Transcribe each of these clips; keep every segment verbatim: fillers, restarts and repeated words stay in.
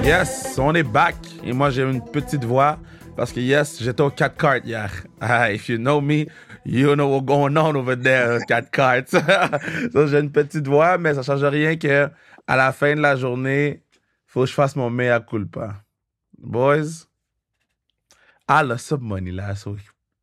Yes, on est back. Et moi, j'ai une petite voix parce que, yes, j'étais au quatre cartes hier. Ah, if you know me, you know what's going on over there, quatre cartes. So, j'ai une petite voix, mais ça change rien que à la fin de la journée, faut que je fasse mon mea culpa. Boys, I lost some money last week.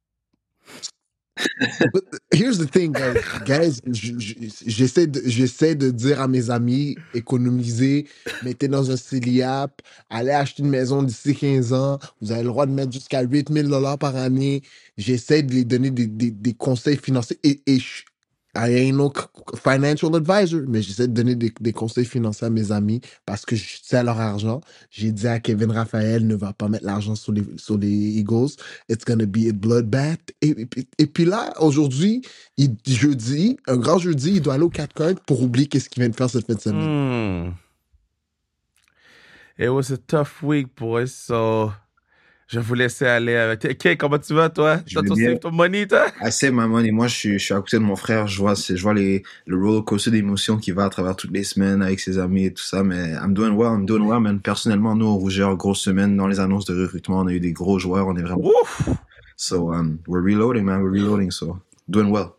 But here's the thing, guys. Guys, j- j- j'essaie de, j'essaie de dire à mes amis, économisez, mettez dans un C E L I A P, allez acheter une maison d'ici quinze ans, vous avez le droit de mettre jusqu'à huit mille dollars par année. J'essaie de les donner des, des, des conseils financiers et, et je, I ain't no financial advisor, mais j'essaie de donner des, des conseils financiers à mes amis parce que je sais leur argent. J'ai dit à Kevin Raphaël, ne va pas mettre l'argent sur les, sur les Eagles. It's gonna be a bloodbath. Et, et, et, et puis là, aujourd'hui, il, jeudi, un grand jeudi, il doit aller au quatre cartes pour oublier qu'est-ce qu'il vient de faire cette fin de semaine. Hmm. It was a tough week, boys, so je vais vous laisser aller avec... Ok, comment tu vas, toi? Je T'as vais ton bien. save ton money, toi? I save my money. Moi, je suis, je suis à côté de mon frère. Je vois, c'est- je vois les, le roller coaster d'émotions qui va à travers toutes les semaines avec ses amis et tout ça. Mais I'm doing well, I'm doing well, man. Personnellement, nous, au Rougeur, grosse semaine dans les annonces de recrutement. On a eu des gros joueurs. On est vraiment... Ouf! So, um, we're reloading, man. We're reloading. So, doing well.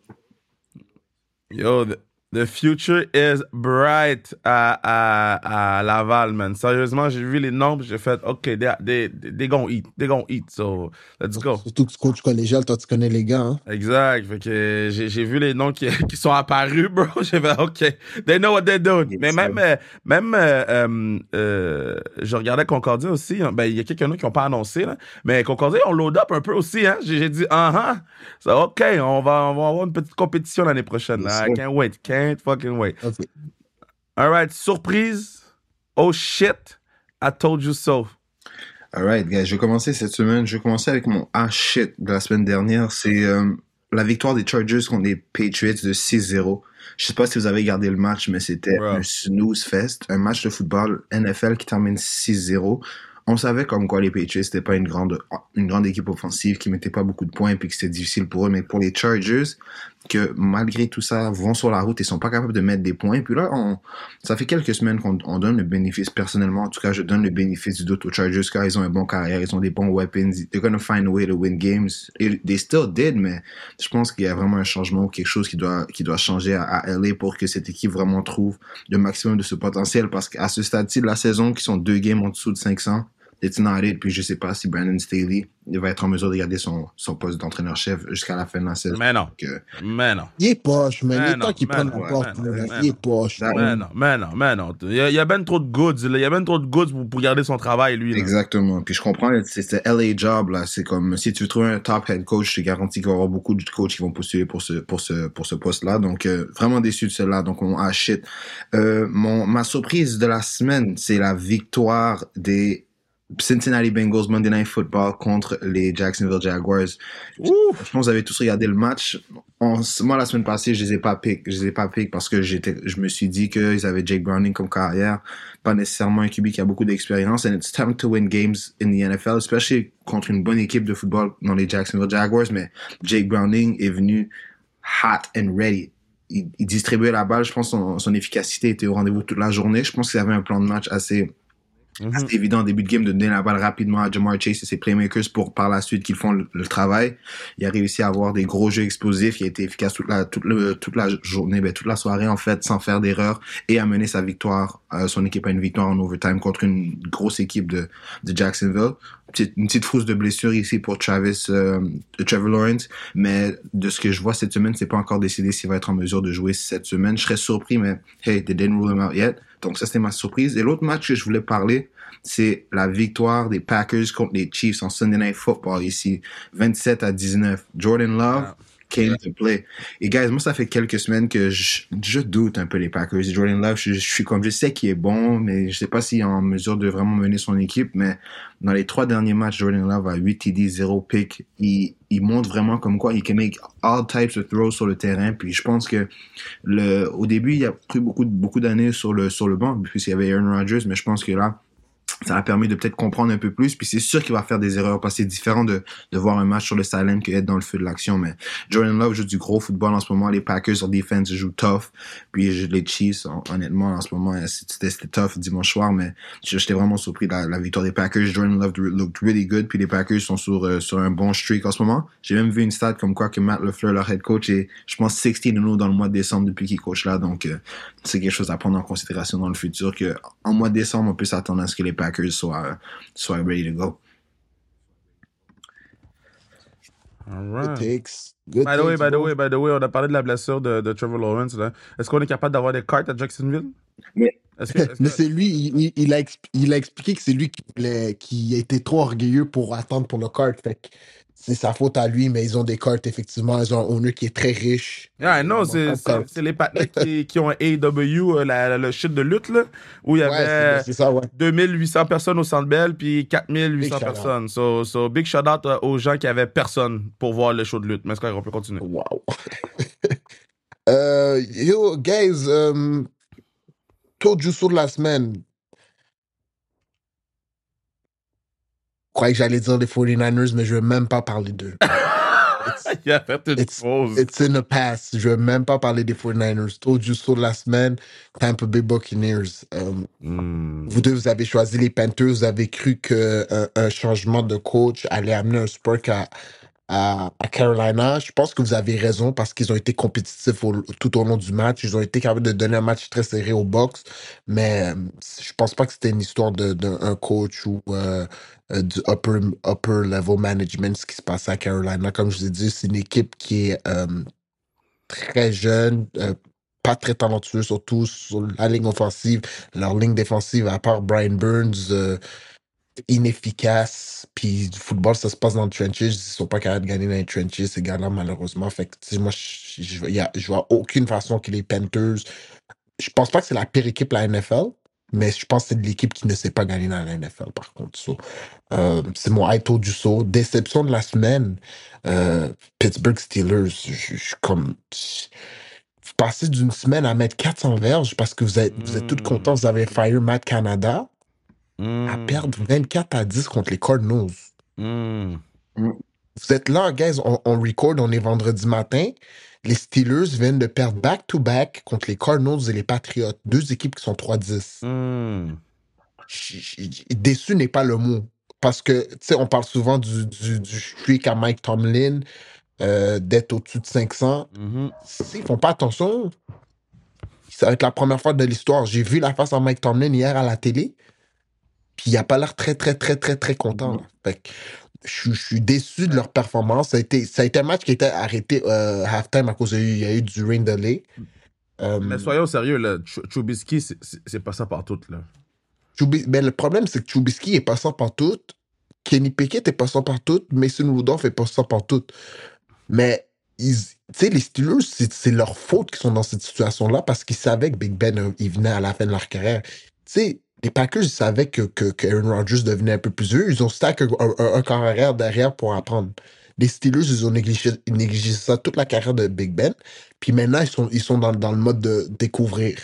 Yo, the, the future is bright à, à, à Laval, man. Sérieusement, j'ai vu les nombres, j'ai fait, OK, they, they, they gonna eat, they gonna eat, so let's go. Surtout que tu coaches collégial, toi, tu connais les gars, hein? Exact. Fait que j'ai, j'ai vu les noms qui, qui sont apparus, bro. J'ai fait, OK, they know what they're doing. Yes, Mais sir. même, euh, même euh, euh, euh, je regardais Concordia aussi. Hein. Ben, il y a quelques-uns qui n'ont pas annoncé, là. Mais Concordia, on load up un peu aussi, hein. J'ai, j'ai dit, ah, ah. So, OK, on va, on va avoir une petite compétition l'année prochaine. Yes, Là. I sir. can't wait. Can't fucking wait. Ok. All right, surprise. Oh shit, I told you so. Alright, guys, je vais commencer cette semaine. Je vais commencer avec mon ah shit de la semaine dernière. C'est euh, la victoire des Chargers contre les Patriots de six zéro. Je sais pas si vous avez regardé le match, mais c'était Bro. un snooze fest, un match de football N F L qui termine six zéro. On savait comme quoi les Patriots c'était pas une grande une grande équipe offensive qui mettait pas beaucoup de points et puis que c'était difficile pour eux, mais pour les Chargers que malgré tout ça vont sur la route et sont pas capables de mettre des points. Puis là, on, ça fait quelques semaines qu'on on donne le bénéfice, personnellement, en tout cas, je donne le bénéfice du doute aux Chargers car ils ont un bon carrière, ils ont des bons weapons, they're gonna find a way to win games. Et they still did, mais je pense qu'il y a vraiment un changement ou quelque chose qui doit, qui doit changer à, à L A pour que cette équipe vraiment trouve le maximum de ce potentiel parce qu'à ce stade-ci de la saison, qui sont deux games en dessous de cinq cents, it's not it. Puis je sais pas si Brandon Staley il va être en mesure de garder son, son poste d'entraîneur-chef jusqu'à la fin de la saison. Mais non. Donc, euh, Mais non. Il est poche, man. Mais Il est non, temps qu'il mais prenne non, la porte, mais là. non, Il est mais poche. That- Mais non, mais non, mais non. Il y a, il y a ben trop de goods, là. Il y a ben trop de goods pour, pour garder son travail, lui, là. Exactement. Puis je comprends, c'est c'est L A job, là. C'est comme, si tu veux trouver un top head coach, je te garantis qu'il va y avoir beaucoup de coachs qui vont postuler pour ce, pour ce, pour ce poste-là. Donc, euh, vraiment déçu de cela. Donc, on, ah, shit. Euh, mon, ma surprise de la semaine, c'est la victoire des Cincinnati Bengals Monday Night Football contre les Jacksonville Jaguars. Ouf! Je pense que vous avez tous regardé le match. On, moi, la semaine passée, je les ai pas pick. Je les ai pas pick parce que j'étais, je me suis dit qu'ils avaient Jake Browning comme carrière. Pas nécessairement un Q B qui a beaucoup d'expérience. And it's time to win games in the N F L, especially contre une bonne équipe de football dans les Jacksonville Jaguars. Mais Jake Browning est venu hot and ready. Il, il distribuait la balle. Je pense que son, son efficacité était au rendez-vous toute la journée. Je pense qu'il avait un plan de match assez... Mm-hmm. C'est évident au début de game de donner la balle rapidement à Jamar Chase et ses playmakers pour par la suite qu'ils font le, le travail. Il a réussi à avoir des gros jeux explosifs. Il a été efficace toute la, toute le, toute la journée, ben, toute la soirée en fait, sans faire d'erreur et a mené sa victoire, euh, son équipe à une victoire en overtime contre une grosse équipe de, de Jacksonville. Petite, une petite frousse de blessure ici pour Travis, euh, Trevor Lawrence, mais de ce que je vois cette semaine, c'est pas encore décidé s'il va être en mesure de jouer cette semaine. Je serais surpris, mais hey, they didn't rule him out yet. Donc ça, c'était ma surprise. Et l'autre match que je voulais parler, c'est la victoire des Packers contre les Chiefs en Sunday Night Football ici, vingt-sept à dix-neuf. Jordan Love Ah. came to play. Et guys, moi, ça fait quelques semaines que je, je doute un peu les Packers. Jordan Love, je, je suis comme, je sais qu'il est bon, mais je sais pas s'il est en mesure de vraiment mener son équipe, mais dans les trois derniers matchs, Jordan Love a huit T D, zéro pick. Il, il montre vraiment comme quoi il can make all types of throws sur le terrain. Puis je pense que le, au début, il a pris beaucoup, beaucoup d'années sur le, sur le banc, puisqu'il y avait Aaron Rodgers, mais je pense que là, ça a permis de peut-être comprendre un peu plus. Puis c'est sûr qu'il va faire des erreurs parce que c'est différent de, de voir un match sur le sideline que être dans le feu de l'action. Mais Jordan Love joue du gros football en ce moment. Les Packers sur defense jouent tough. Puis les Chiefs, honnêtement, en ce moment, c'était, c'était tough dimanche soir. Mais j'étais vraiment surpris de la, la victoire des Packers. Jordan Love looked really good. Puis les Packers sont sur, euh, sur un bon streak en ce moment. J'ai même vu une stat comme quoi que Matt LaFleur, leur head coach, est, je pense, seize and oh dans le mois de décembre depuis qu'il coach là. Donc, euh, c'est quelque chose à prendre en considération dans le futur que en mois de décembre, on peut s'attendre à ce que les Packers soient, soient ready to go. All Good right. takes. Good By the way, takes, by the bro. way, by the way, on a parlé de la blessure de, de Trevor Lawrence. Là. Est-ce qu'on est capable d'avoir des cartes à Jacksonville? Mais, Est-ce que, est-ce Mais que... c'est lui, il, il- il a, expl- il a expliqué que c'est lui qui, voulait- qui a été trop orgueilleux pour attendre pour le cart. Fait que c'est sa faute à lui, mais ils ont des cartes, effectivement. Ils ont un owner qui est très riche. Yeah, Et non, il manque c'est, pas de c'est, cartes. c'est les partenaires qui, qui ont un A E W, euh, la, la- le shit de lutte, là, où il y Ouais, c'est ben, avait c'est ça, ouais. deux mille huit cents personnes au Centre Bell, puis quatre mille huit Big cents shout out. personnes. So, so, big shout out euh, aux gens qui avaient personne pour voir le show de lutte. Mais est-ce qu'on peut continuer? Wow. euh, yo, guys, um, told you so de la semaine. Je croyais que j'allais dire les forty-niners, mais je ne veux même pas parler d'eux. It's, Il a fait une it's, pause. it's in the past. Je ne veux même pas parler des forty-niners. Told you so de la semaine. Tampa Bay Buccaneers. Um, Mm. Vous deux, vous avez choisi les Panthers. Vous avez cru qu'un un changement de coach allait amener un spark à, à, à Carolina. Je pense que vous avez raison parce qu'ils ont été compétitifs au- tout au long du match. Ils ont été capables de donner un match très serré au box. Mais euh, je pense pas que c'était une histoire de- d'un coach ou euh, euh, du upper, upper level management, ce qui se passait à Carolina. Comme je vous ai dit, c'est une équipe qui est euh, très jeune, euh, pas très talentueux, surtout sur la ligne offensive. Leur ligne défensive, à part Brian Burns, euh, inefficace. Puis du football, ça se passe dans les trenches. Ils sont pas capables de gagner dans les trenches, ces gars-là, malheureusement. Fait que, tu sais, moi, je je- y a- je vois aucune façon que les Panthers. Je pense pas que c'est la pire équipe de la N F L, mais je pense que c'est de l'équipe qui ne sait pas gagner dans la N F L, par contre. So, euh, c'est mon I told you so. Déception de la semaine, euh, Pittsburgh Steelers. Je je suis comme. Vous passez d'une semaine à mettre quatre cents verges parce que vous êtes, vous êtes tous contents, vous avez fire Matt Canada, à Mm. perdre vingt-quatre à dix contre les Cardinals. Mm. Vous êtes là, guys, on, on record, on est vendredi matin. Les Steelers viennent de perdre back-to-back contre les Cardinals et les Patriots. Deux équipes qui sont trois dix. Mm. J- j- Déçu n'est pas le mot. Parce que, tu sais, on parle souvent du, du, du streak à Mike Tomlin, euh, d'être au-dessus de cinq cents. Mhm. S'ils font pas attention, ça va être la première fois de l'histoire. J'ai vu la face à Mike Tomlin hier à la télé, puis il a pas l'air très, très, très, très, très content. Là. Fait que je, je suis déçu de leur performance. Ça a été, ça a été un match qui a été arrêté euh, halftime à cause de, il y a eu du rain delay. Euh, Mais soyons sérieux, là. Ch- Trubisky, c'est- c'est c'est pas ça partout, là. Chubi- ben, le problème, c'est que Trubisky est passant partout. Kenny Pickett est passant partout. Mason Rudolph est passant partout. Mais, ils- tu sais, les Steelers, c'est c'est leur faute qu'ils sont dans cette situation-là parce qu'ils savaient que Big Ben, euh, il venait à la fin de leur carrière. Tu sais, les Packers, ils savaient que, que, que Aaron Rodgers devenait un peu plus vieux. Ils ont stack un, un, un corps arrière derrière pour apprendre. Les Steelers, ils ont négligé, négligé ça toute la carrière de Big Ben. Puis maintenant, ils sont, ils sont dans, dans le mode de découvrir.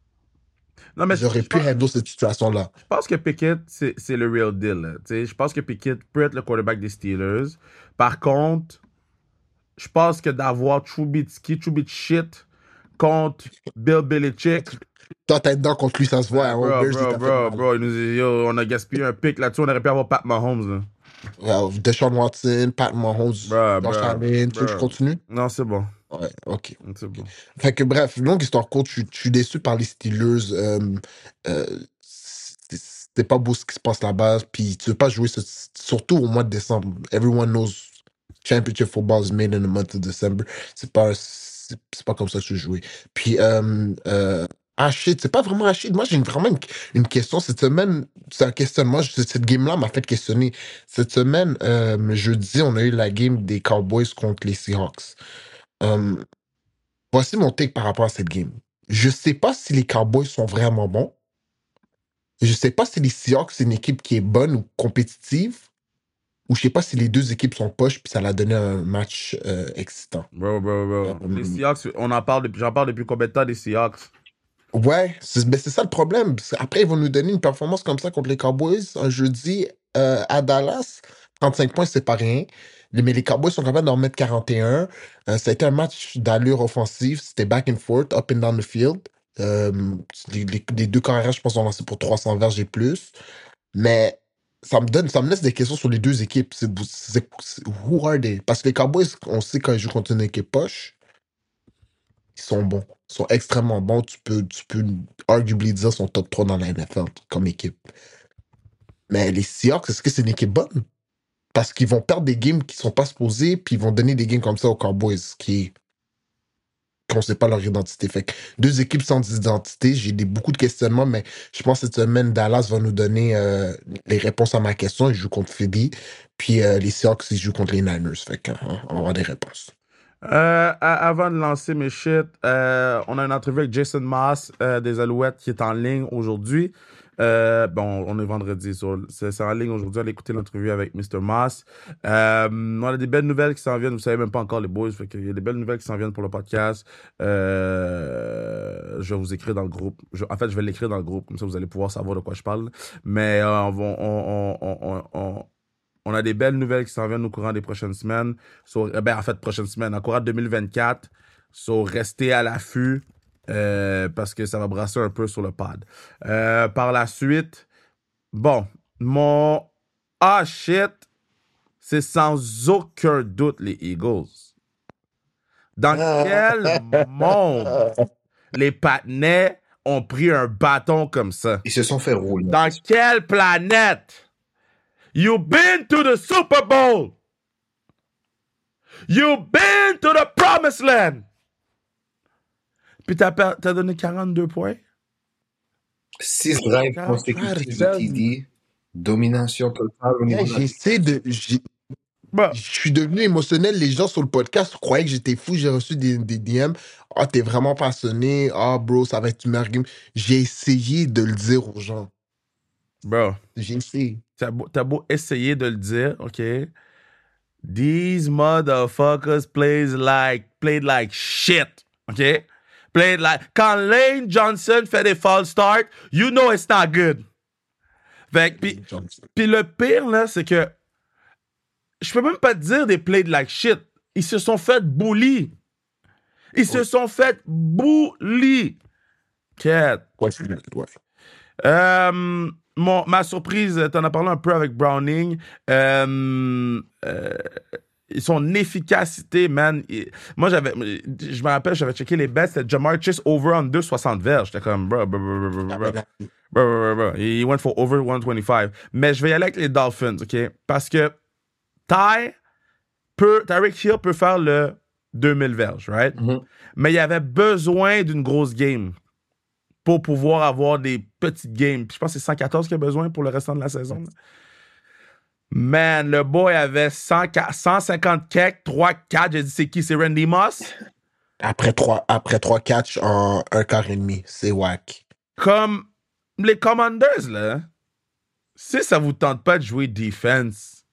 Non, mais Ils je, auraient je pu pense, handle cette situation-là. je pense que Pickett, c'est c'est le real deal, là. Tu sais, je pense que Pickett peut être le quarterback des Steelers. Par contre, je pense que d'avoir Trubisky, Trubisky shit contre Bill Belichick. Toi, t'es dedans contre lui, ça se voit. Ah, Hein, bro, Bears, il bro, t'a fait bro, mal. bro, il nous dit, yo, on a gaspillé un pic là-dessus, on aurait pu avoir Pat Mahomes, là. Ouais, Deshaun Watson, Pat Mahomes, Bro, Josh bro, Allen. Tu veux que je bro. continue? Non, c'est bon. Ouais, ok. C'est bon. Fait que bref, longue histoire courte, je suis- je suis déçu par les Steelers. Euh, euh, c'est c'est pas beau ce qui se passe là-bas. Puis tu veux pas jouer, ce- surtout au mois de décembre. Everyone knows championship football is made in the month of December. C'est pas, c'est c'est pas comme ça que je veux jouer. Puis, euh, euh, ah shit, c'est pas vraiment ah shit. Moi, j'ai une- vraiment une, une question. Cette semaine, c'est un questionnement. je- Cette game-là m'a fait questionner. Cette semaine, euh, jeudi, on a eu la game des Cowboys contre les Seahawks. Euh, Voici mon take par rapport à cette game. Je sais pas si les Cowboys sont vraiment bons. Je sais pas si les Seahawks, c'est une équipe qui est bonne ou compétitive. Ou je sais pas si les deux équipes sont poches, puis ça l'a donné un match euh, excitant. Bro, bro, bro. Euh, Les Seahawks, on en parle depuis, j'en parle depuis combien de temps des Seahawks? Ouais, c'est ben, c'est ça le problème. Parce Après, ils vont nous donner une performance comme ça contre les Cowboys un jeudi euh, à Dallas. trente-cinq points, c'est pas rien. Les- Mais les Cowboys sont capables d'en mettre quarante et un. Euh, ça a été un match d'allure offensive. C'était back and forth, up and down the field. Euh, les, les- les deux carrières, je pense, ont lancé pour trois cents verges et plus. Mais ça me donne, ça me laisse des questions sur les deux équipes. C'est, c'est, c'est- who are they? Parce que les Cowboys, on sait quand ils jouent contre une équipe poche, ils sont bons. Ils sont extrêmement bons. Tu peux, tu peux arguably dire qu'ils sont top trois dans la N F L comme équipe. Mais les Seahawks, est-ce que c'est une équipe bonne? Parce qu'ils vont perdre des games qui sont pas supposés, puis ils vont donner des games comme ça aux Cowboys, qui qu'on sait pas leur identité. Fait que deux équipes sans identité, j'ai des, beaucoup de questionnements, mais je pense que cette semaine, Dallas va nous donner euh, les réponses à ma question. Ils jouent contre Philly, puis euh, les Seahawks, ils jouent contre les Niners. Fait qu'on on va avoir des réponses. Euh, a- avant de lancer mes shit, euh, on a une entrevue avec Jason Moss euh, des Alouettes qui est en ligne aujourd'hui. Euh, bon, on est vendredi, so, c'est c'est en ligne aujourd'hui. Allez écouter l'entrevue avec mister Moss. Euh, on a des belles nouvelles qui s'en viennent. Vous savez même pas encore les boys. Fait qu'il y a des belles nouvelles qui s'en viennent pour le podcast. Euh, je vais vous écrire dans le groupe. Je- en fait, je vais l'écrire dans le groupe. Comme ça, vous allez pouvoir savoir de quoi je parle. Mais euh, on, va- on, on, on, on, on- on a des belles nouvelles qui s'en viennent au courant des prochaines semaines. So, euh, ben, en fait, prochaines semaines, au courant de deux mille vingt-quatre. So, restez à l'affût euh, parce que ça va brasser un peu sur le pad. Euh, par la suite, bon, mon ah shit, c'est sans aucun doute les Eagles. Dans quel monde les Patnais ont pris un bâton comme ça? Ils se sont fait rouler. Dans quelle planète? You've been to the Super Bowl. You've been to the promised land. Puis t'as, per- t'as donné quarante-deux points. Six drives God, consécutifs de God, T D. Domination totale au niveau Yeah, de la j'essaie de. j'ai- Bon, Je suis devenu émotionnel. Les gens sur le podcast croyaient que j'étais fou. J'ai reçu des, des D M. Ah, t'es vraiment passionné. Ah, bro, ça va être une meilleure game. J'ai essayé de le dire aux gens. bro, J'ai essayé. t'as beau, t'as beau essayer de le dire, OK? These motherfuckers plays like, played like shit, OK? Played like... Quand Lane Johnson fait des false starts, you know it's not good. Fait que, puis, puis le pire, là, c'est que je peux même pas te dire des played like shit. Ils se sont fait bully. Ils se Ouais. sont fait bully. Cat. Ouais, c'est vrai, ouais. Euh, mon, ma surprise, t'en as parlé un peu avec Browning. Euh, euh, son efficacité, man. il- moi, j'avais, je me rappelle, j'avais checké les bets, c'était Jamar Chase over on deux soixante verges. J'étais comme, bro, bro, bro, bro, bro, bro, bro, bro, bro, bro. He went for over one twenty-five. Mais je vais y aller avec les Dolphins, OK? Parce que Ty peut, Tyreek Hill peut faire le deux mille verges, right? Mhm. Mais il y avait besoin d'une grosse game pour pouvoir avoir des petites games. Puis je pense que c'est cent quatorze qu'il a besoin pour le restant de la saison. là. Man, le boy avait cent, cent cinquante kicks, trois quatre. J'ai dit, c'est qui? C'est Randy Moss? Après trois, après trois catchs en un quart et demi, c'est whack. Comme les Commanders, là. Si ça vous tente pas de jouer defense,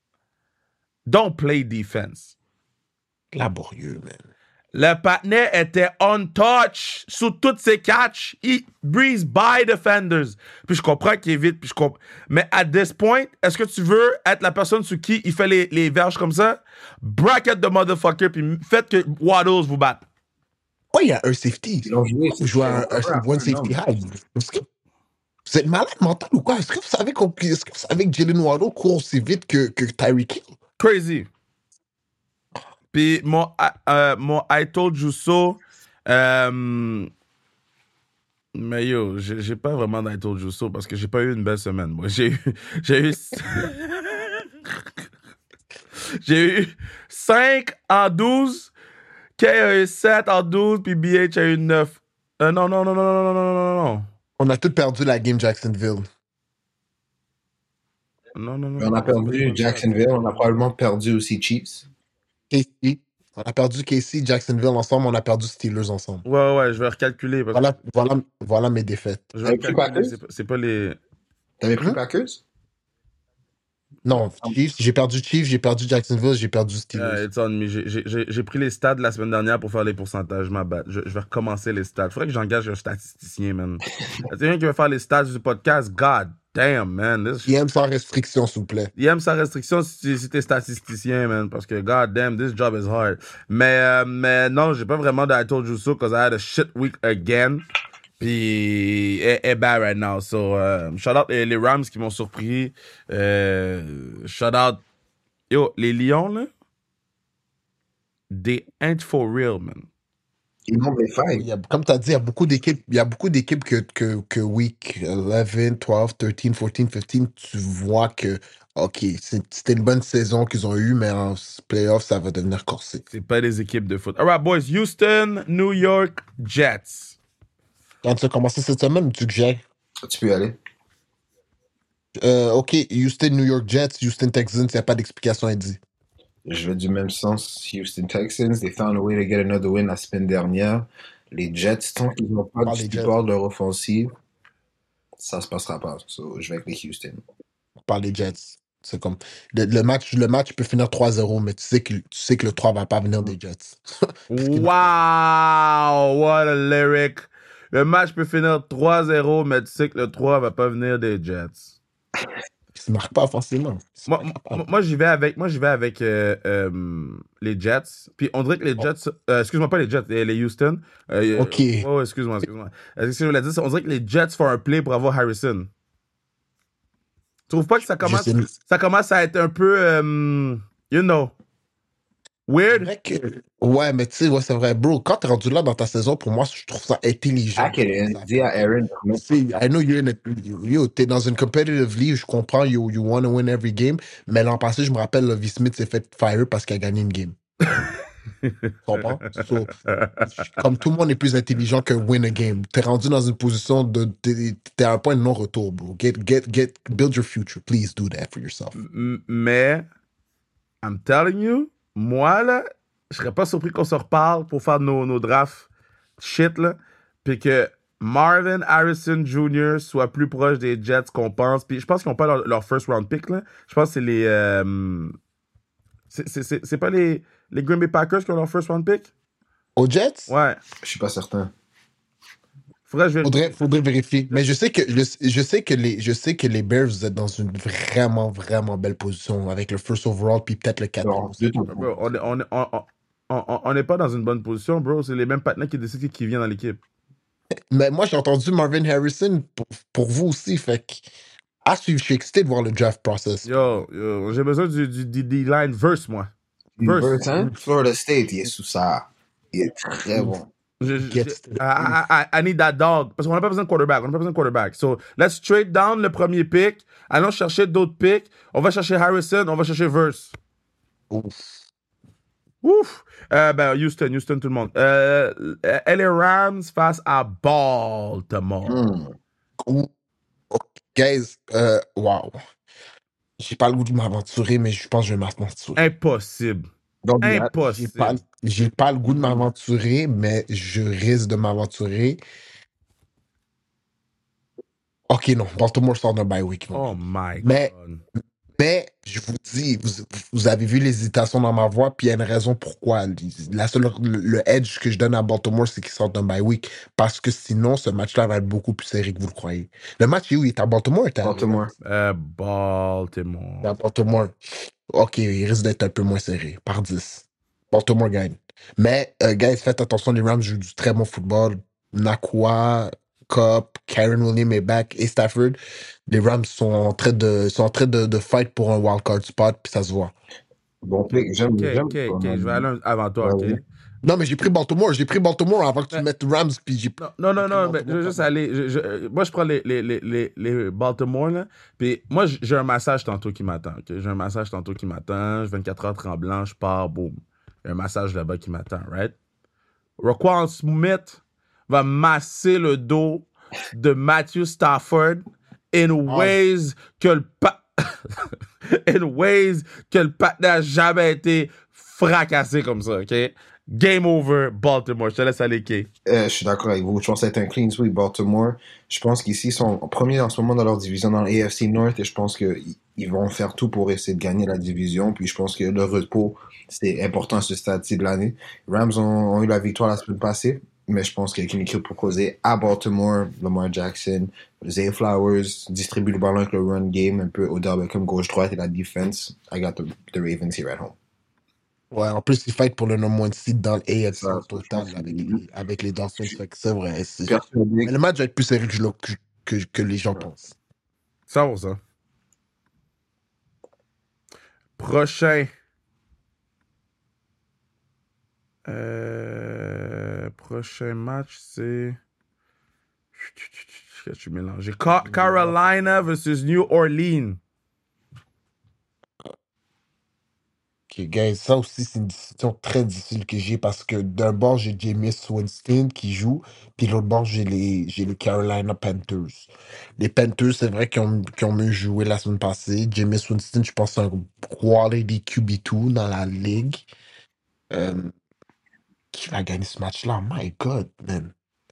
don't play defense. Laborieux, man. Le patinet était on touch sous toutes ses catches. Il breeze by defenders. Puis je comprends qu'il est vite. Puis je comprends. Mais at this point, est-ce que tu veux être la personne sur qui il fait les, les verges comme ça? Bracket the motherfucker. Puis faites que Waddles vous batte. Pourquoi il y a un safety? Ils ont joué. Vous jouez à un, un one safety high. Est-ce que vous êtes malade mental ou quoi? Est-ce que vous savez qu'on, est-ce que vous savez que Jalen Waddle court aussi vite que, que Tyreek Hill? Crazy. Puis mon, euh, mon I told you so. Euh, mais yo, j'ai, j'ai pas vraiment d'I told you so parce que j'ai pas eu une belle semaine. Moi, j'ai eu. J'ai eu. J'ai eu cinq en douze, K a eu sept en douze, puis B H a eu neuf. Euh, non, non, non, non, non, non, non, non, non. On a tous perdu la game Jacksonville. Non, non, non. On a perdu Jacksonville, on a probablement perdu aussi Chiefs. K C. On a perdu K C, Jacksonville ensemble, on a perdu Steelers ensemble. Ouais, ouais, je vais recalculer. Parce Voilà, voilà, voilà mes défaites. que je vais T'avais pris recalculer, Packers? c'est pas, c'est pas les. T'avais pris Hein? Packers? Non, Chiefs, j'ai perdu Chiefs, j'ai perdu Jacksonville, j'ai perdu Steelers. Uh, it's on me. J'ai, j'ai, j'ai pris les stats la semaine dernière pour faire les pourcentages, ma bad. Je, je vais recommencer les stats. Faudrait que j'engage un statisticien, man. C'est quelqu'un qui va faire les stats du podcast. God damn, man. This... I M sans restriction, s'il vous plaît. I M sans restriction si, si t'es statisticien, man. Parce que, god damn, this job is hard. Mais, euh, mais non, j'ai pas vraiment de I told you so because I had a shit week again. Puis, elle est bad right now. So, uh, shout out les, les Rams qui m'ont surpris. Euh, shout out. Yo, les Lions, là. They ain't for real, man. Ils vont les faire. Il y a, comme tu as dit, il y a beaucoup d'équipes, il y a beaucoup d'équipes que, que, que week eleven, twelve, thirteen, fourteen, fifteen, tu vois que, OK, c'était une bonne saison qu'ils ont eue, mais en playoff, ça va devenir corsé. C'est pas des équipes de foot. All right, boys. Houston, New York, Jets. Quand tu as commencé cette semaine, tu que j'ai. Tu peux y aller. Euh, OK, Houston, New York Jets, Houston Texans, il n'y a pas d'explication à dire. Je vais du même sens. Houston Texans, they found a way to get another win la semaine dernière. Les Jets, tant qu'ils n'ont pas Parle de des support de leur offensive, ça se passera pas. So, je vais avec les Houston. Par les Jets. C'est comme le, le match, le match peut finir trois zéro, mais tu sais que tu sais que le trois va pas venir des Jets. Wow, what a lyric. Le match peut finir trois zéro, mais tu sais que le trois va pas venir des Jets. Ils se marquent pas forcément. Moi, moi, moi j'y vais avec, moi, j'y vais avec euh, euh, les Jets. Puis on dirait que les Jets, euh, excuse-moi pas les Jets, les, les Houston. Euh, OK. Oh, excuse-moi, excuse-moi. Euh, ce que je voulais dire, c'est on dirait que les Jets font un play pour avoir Harrison. Tu trouves pas que ça commence, ça commence à être un peu, um, you know, weird? Que... Ouais, mais tu sais, ouais, c'est vrai, bro. Quand t'es rendu là dans ta saison, pour moi, je trouve ça intelligent. Dis à Aaron. I know you're in a, yo, t'es dans une competitive league, je comprends, you, you want to win every game, mais l'an passé, je me rappelle, Lovie Smith s'est fait fire parce qu'il a gagné une game. Tu comprends? So, comme tout le monde est plus intelligent que win a game. T'es rendu dans une position de. T'es, t'es à un point de non-retour, bro. Get, get, get, build your future. Please do that for yourself. M- mais, I'm telling you, moi, là, je serais pas surpris qu'on se reparle pour faire nos, nos drafts shit, là. Puis que Marvin Harrison Junior soit plus proche des Jets qu'on pense. Puis je pense qu'ils n'ont pas leur, leur first round pick, là. Je pense que c'est les. Euh, c'est, c'est, c'est, c'est pas les. Les Green Bay Packers qui ont leur first round pick? Aux Jets? Ouais. Je suis pas certain. Faudrait, je faudrait, faudrait vérifier. Mais je sais que je, je sais que les je sais que les Bears, vous êtes dans une vraiment, vraiment belle position avec le first overall puis peut-être le quatrième. On n'est on, on, on, on, pas dans une bonne position, bro. C'est les mêmes partenaires qui décident qui vient dans l'équipe. Mais moi, j'ai entendu Marvin Harrison pour, pour vous aussi. Fait que à suivre, je suis excité de voir le draft process. Yo, yo j'ai besoin du, du, du D-line verse, moi. Verse, hein? Florida State, il est sous ça. Il est très bon. Je, je, I, I, I need that dog. Parce qu'on n'a pas besoin de quarterback. On n'a pas besoin de quarterback. So, let's trade down le premier pick. Allons chercher d'autres picks. On va chercher Harrison. On va chercher Verse. Ouf. Ouf. Euh, ben, Houston, Houston, tout le monde. Euh, L A Rams face à Baltimore. Mm. Oh, guys, euh, wow. J'ai pas le goût de m'aventurer, mais je pense que je vais m'aventurer. Impossible. Donc, Impossible. J'ai pas, j'ai pas le goût de m'aventurer, mais je risque de m'aventurer. Ok, non. Baltimore sort d'un bye week. Oh my mais, God. Mais, je vous dis, vous, vous avez vu l'hésitation dans ma voix, puis il y a une raison pourquoi. La seule, le, le edge que je donne à Baltimore, c'est qu'ils sortent d'un bye week. Parce que sinon, ce match-là va être beaucoup plus serré que vous le croyez. Le match, où il est à Baltimore? Est à Baltimore. Euh, Baltimore. À Baltimore. Ok, il risque d'être un peu moins serré, par dix. Baltimore gagne. Mais, uh, guys, faites attention, les Rams jouent du très bon football. Nakua, Cup, Karen Williams est back et Stafford. Les Rams sont en train de, sont en train de, de fight pour un wildcard spot, puis ça se voit. Bon pick, j'aime, okay, j'aime. Ok, ok, je vais aller avant toi, ok? Ouais. Non, mais j'ai pris Baltimore. J'ai pris Baltimore avant que tu mais... mettes Rams, puis j'ai Non, non, non, mais je vais juste aller... Je, je, moi, je prends les, les, les, les Baltimore, là, puis moi, j'ai un massage tantôt qui m'attend, ok? J'ai un massage tantôt qui m'attend, vingt-quatre heures tremblant, je pars, boum. J'ai un massage là-bas qui m'attend, right? Roquan Smith va masser le dos de Matthew Stafford in oh. ways que le pa... in ways que le pat n'a jamais été fracassé comme ça, OK? Game over, Baltimore. Je te laisse aller, Kay. Euh, je suis d'accord avec vous. Je pense que c'est un clean sweep, Baltimore. Je pense qu'ici, ils sont premiers en ce moment dans leur division dans l'A F C North et je pense qu'ils ils vont faire tout pour essayer de gagner la division. Puis je pense que le repos, c'est important à ce stade-ci de l'année. Rams ont, ont eu la victoire la semaine passée, mais je pense qu'avec une équipe proposée à Baltimore, Lamar Jackson, Zay Flowers distribue le ballon avec le run game, un peu Odell Beckham gauche-droite et la defense. I got the, the Ravens here at home. Ouais, en plus, ils fight pour le number one seed dans le A F C Ça, au ça, je pense total que avec je les, avec les Dolphins. suis Fait que c'est vrai. c'est- persuadé Mais le match va être plus sérieux que, je le- que, que, que les gens que pensent. cent pour cent. Prochain. Euh, prochain match, c'est. Je suis mélangé. Ca- Carolina versus New Orleans. Ok, guys, ça aussi, c'est une décision très difficile que j'ai parce que d'un bord, j'ai Jameis Winston qui joue, puis de l'autre bord, j'ai les, j'ai les Carolina Panthers. Les Panthers, c'est vrai qu'ils ont, qu'ils ont mieux joué la semaine passée. Jameis Winston, je pense, c'est un quality Q B deux dans la ligue. Euh, qui va gagner ce match-là? My God, man.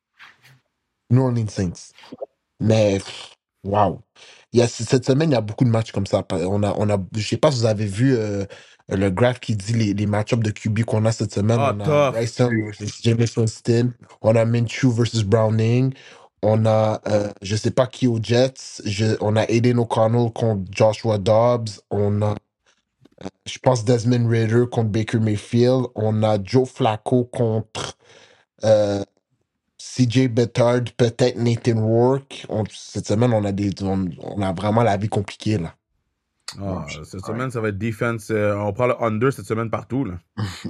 New Orleans Saints. Mais, pff, wow. Il y a, cette semaine, il y a beaucoup de matchs comme ça. On a, on a, je sais pas si vous avez vu euh, le graph qui dit les, les match-ups de Q B qu'on a cette semaine. Ah, On a tough. Bryce Young versus Jameis Winston. On a Minshew versus Browning. On a, euh, je sais pas qui aux Jets. Je, on a Aiden O'Connell contre Joshua Dobbs. On a, je pense, Desmond Ridder contre Baker Mayfield. On a Joe Flacco contre euh, C J Beathard, peut-être Nathan Rourke. On- cette semaine, on a, des, on, on a vraiment la vie compliquée, là. Ah, je- cette ouais. semaine, ça va être defense. euh, on prend le under cette semaine partout. Là.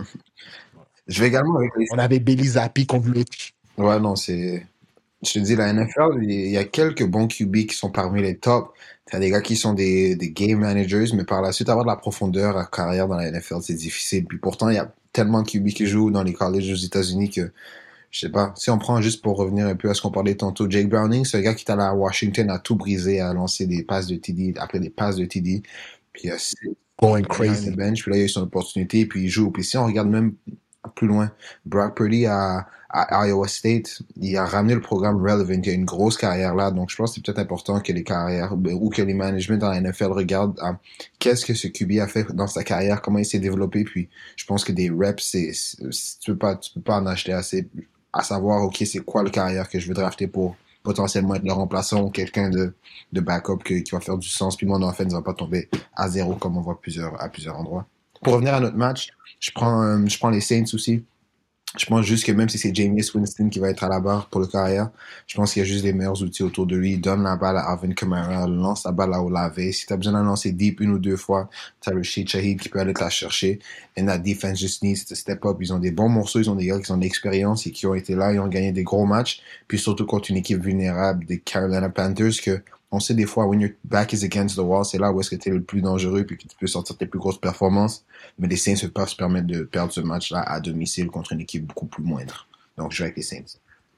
Je vais également avec les. On avait Billy Zappi contre Mitch. Ouais, non, c'est. Je te dis, la N F L, il y a quelques bons Q B qui sont parmi les tops. T'as des gars qui sont des, des game managers, mais par la suite, avoir de la profondeur à carrière dans la N F L, c'est difficile. Puis pourtant, il y a tellement de Q B qui jouent dans les colleges aux États-Unis que, je sais pas, si on prend juste pour revenir un peu à ce qu'on parlait tantôt, Jake Browning, c'est un gars qui est allé à Washington, a tout brisé, a lancé des passes de T D, après des passes de T D, puis euh, c'est Going behind the crazy. bench, puis là, il a eu son opportunité, puis il joue. Puis si on regarde même plus loin, Brock Purdy à, à Iowa State, il a ramené le programme Relevant, il a une grosse carrière là, donc je pense que c'est peut-être important que les carrières, ou que les managements dans la N F L regardent euh, qu'est-ce que ce Q B a fait dans sa carrière, comment il s'est développé, puis je pense que des reps, c'est, c'est- tu peux pas, tu peux pas en acheter assez, à savoir, ok, c'est quoi le carrière que je veux drafter pour potentiellement être le remplaçant ou quelqu'un de, de backup que- qui va faire du sens, puis mon offense ne va pas tomber à zéro comme on voit plusieurs, à plusieurs endroits. Pour revenir à notre match, je prends, euh, je prends les Saints aussi. Je pense juste que même si c'est Jameis Winston qui va être à la barre pour le carrière, je pense qu'il y a juste les meilleurs outils autour de lui. Donne la balle à Alvin Kamara, lance la balle à Olave. Si tu as besoin de lancer deep une ou deux fois, tu as le Rashid Shaheed qui peut aller te la chercher. And that defense just needs to step up. Ils ont des bons morceaux, ils ont des gars qui ont de l'expérience et qui ont été là, ils ont gagné des gros matchs. Puis surtout contre une équipe vulnérable des Carolina Panthers que on sait des fois, when your back is against the wall, c'est là où est-ce que tu es le plus dangereux puis que tu peux sortir tes plus grosses performances. Mais les Saints ne peuvent pas se permettre de perdre ce match-là à domicile contre une équipe beaucoup plus moindre. Donc, je vais avec les Saints.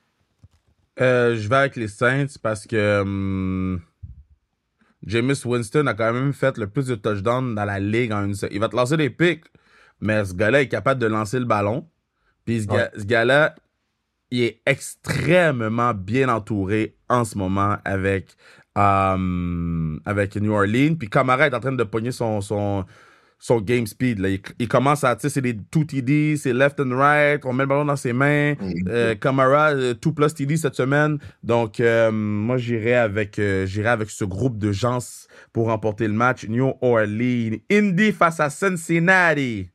Euh, je vais avec les Saints parce que hum, Jameis Winston a quand même fait le plus de touchdowns dans la ligue en une seule. Il va te lancer des pics, mais ce gars-là est capable de lancer le ballon. Puis ce, Ouais. gars, ce gars-là, il est extrêmement bien entouré en ce moment avec, euh, avec New Orleans. Puis Kamara est en train de pogner son, son, son game speed. Là. Il, il commence à, tu sais, c'est des two T D, c'est left and right, on met le ballon dans ses mains. Euh, Kamara, euh, two plus T D cette semaine. Donc, euh, moi, j'irai avec, euh, j'irai avec ce groupe de gens pour remporter le match. New Orleans. Indy face à Cincinnati.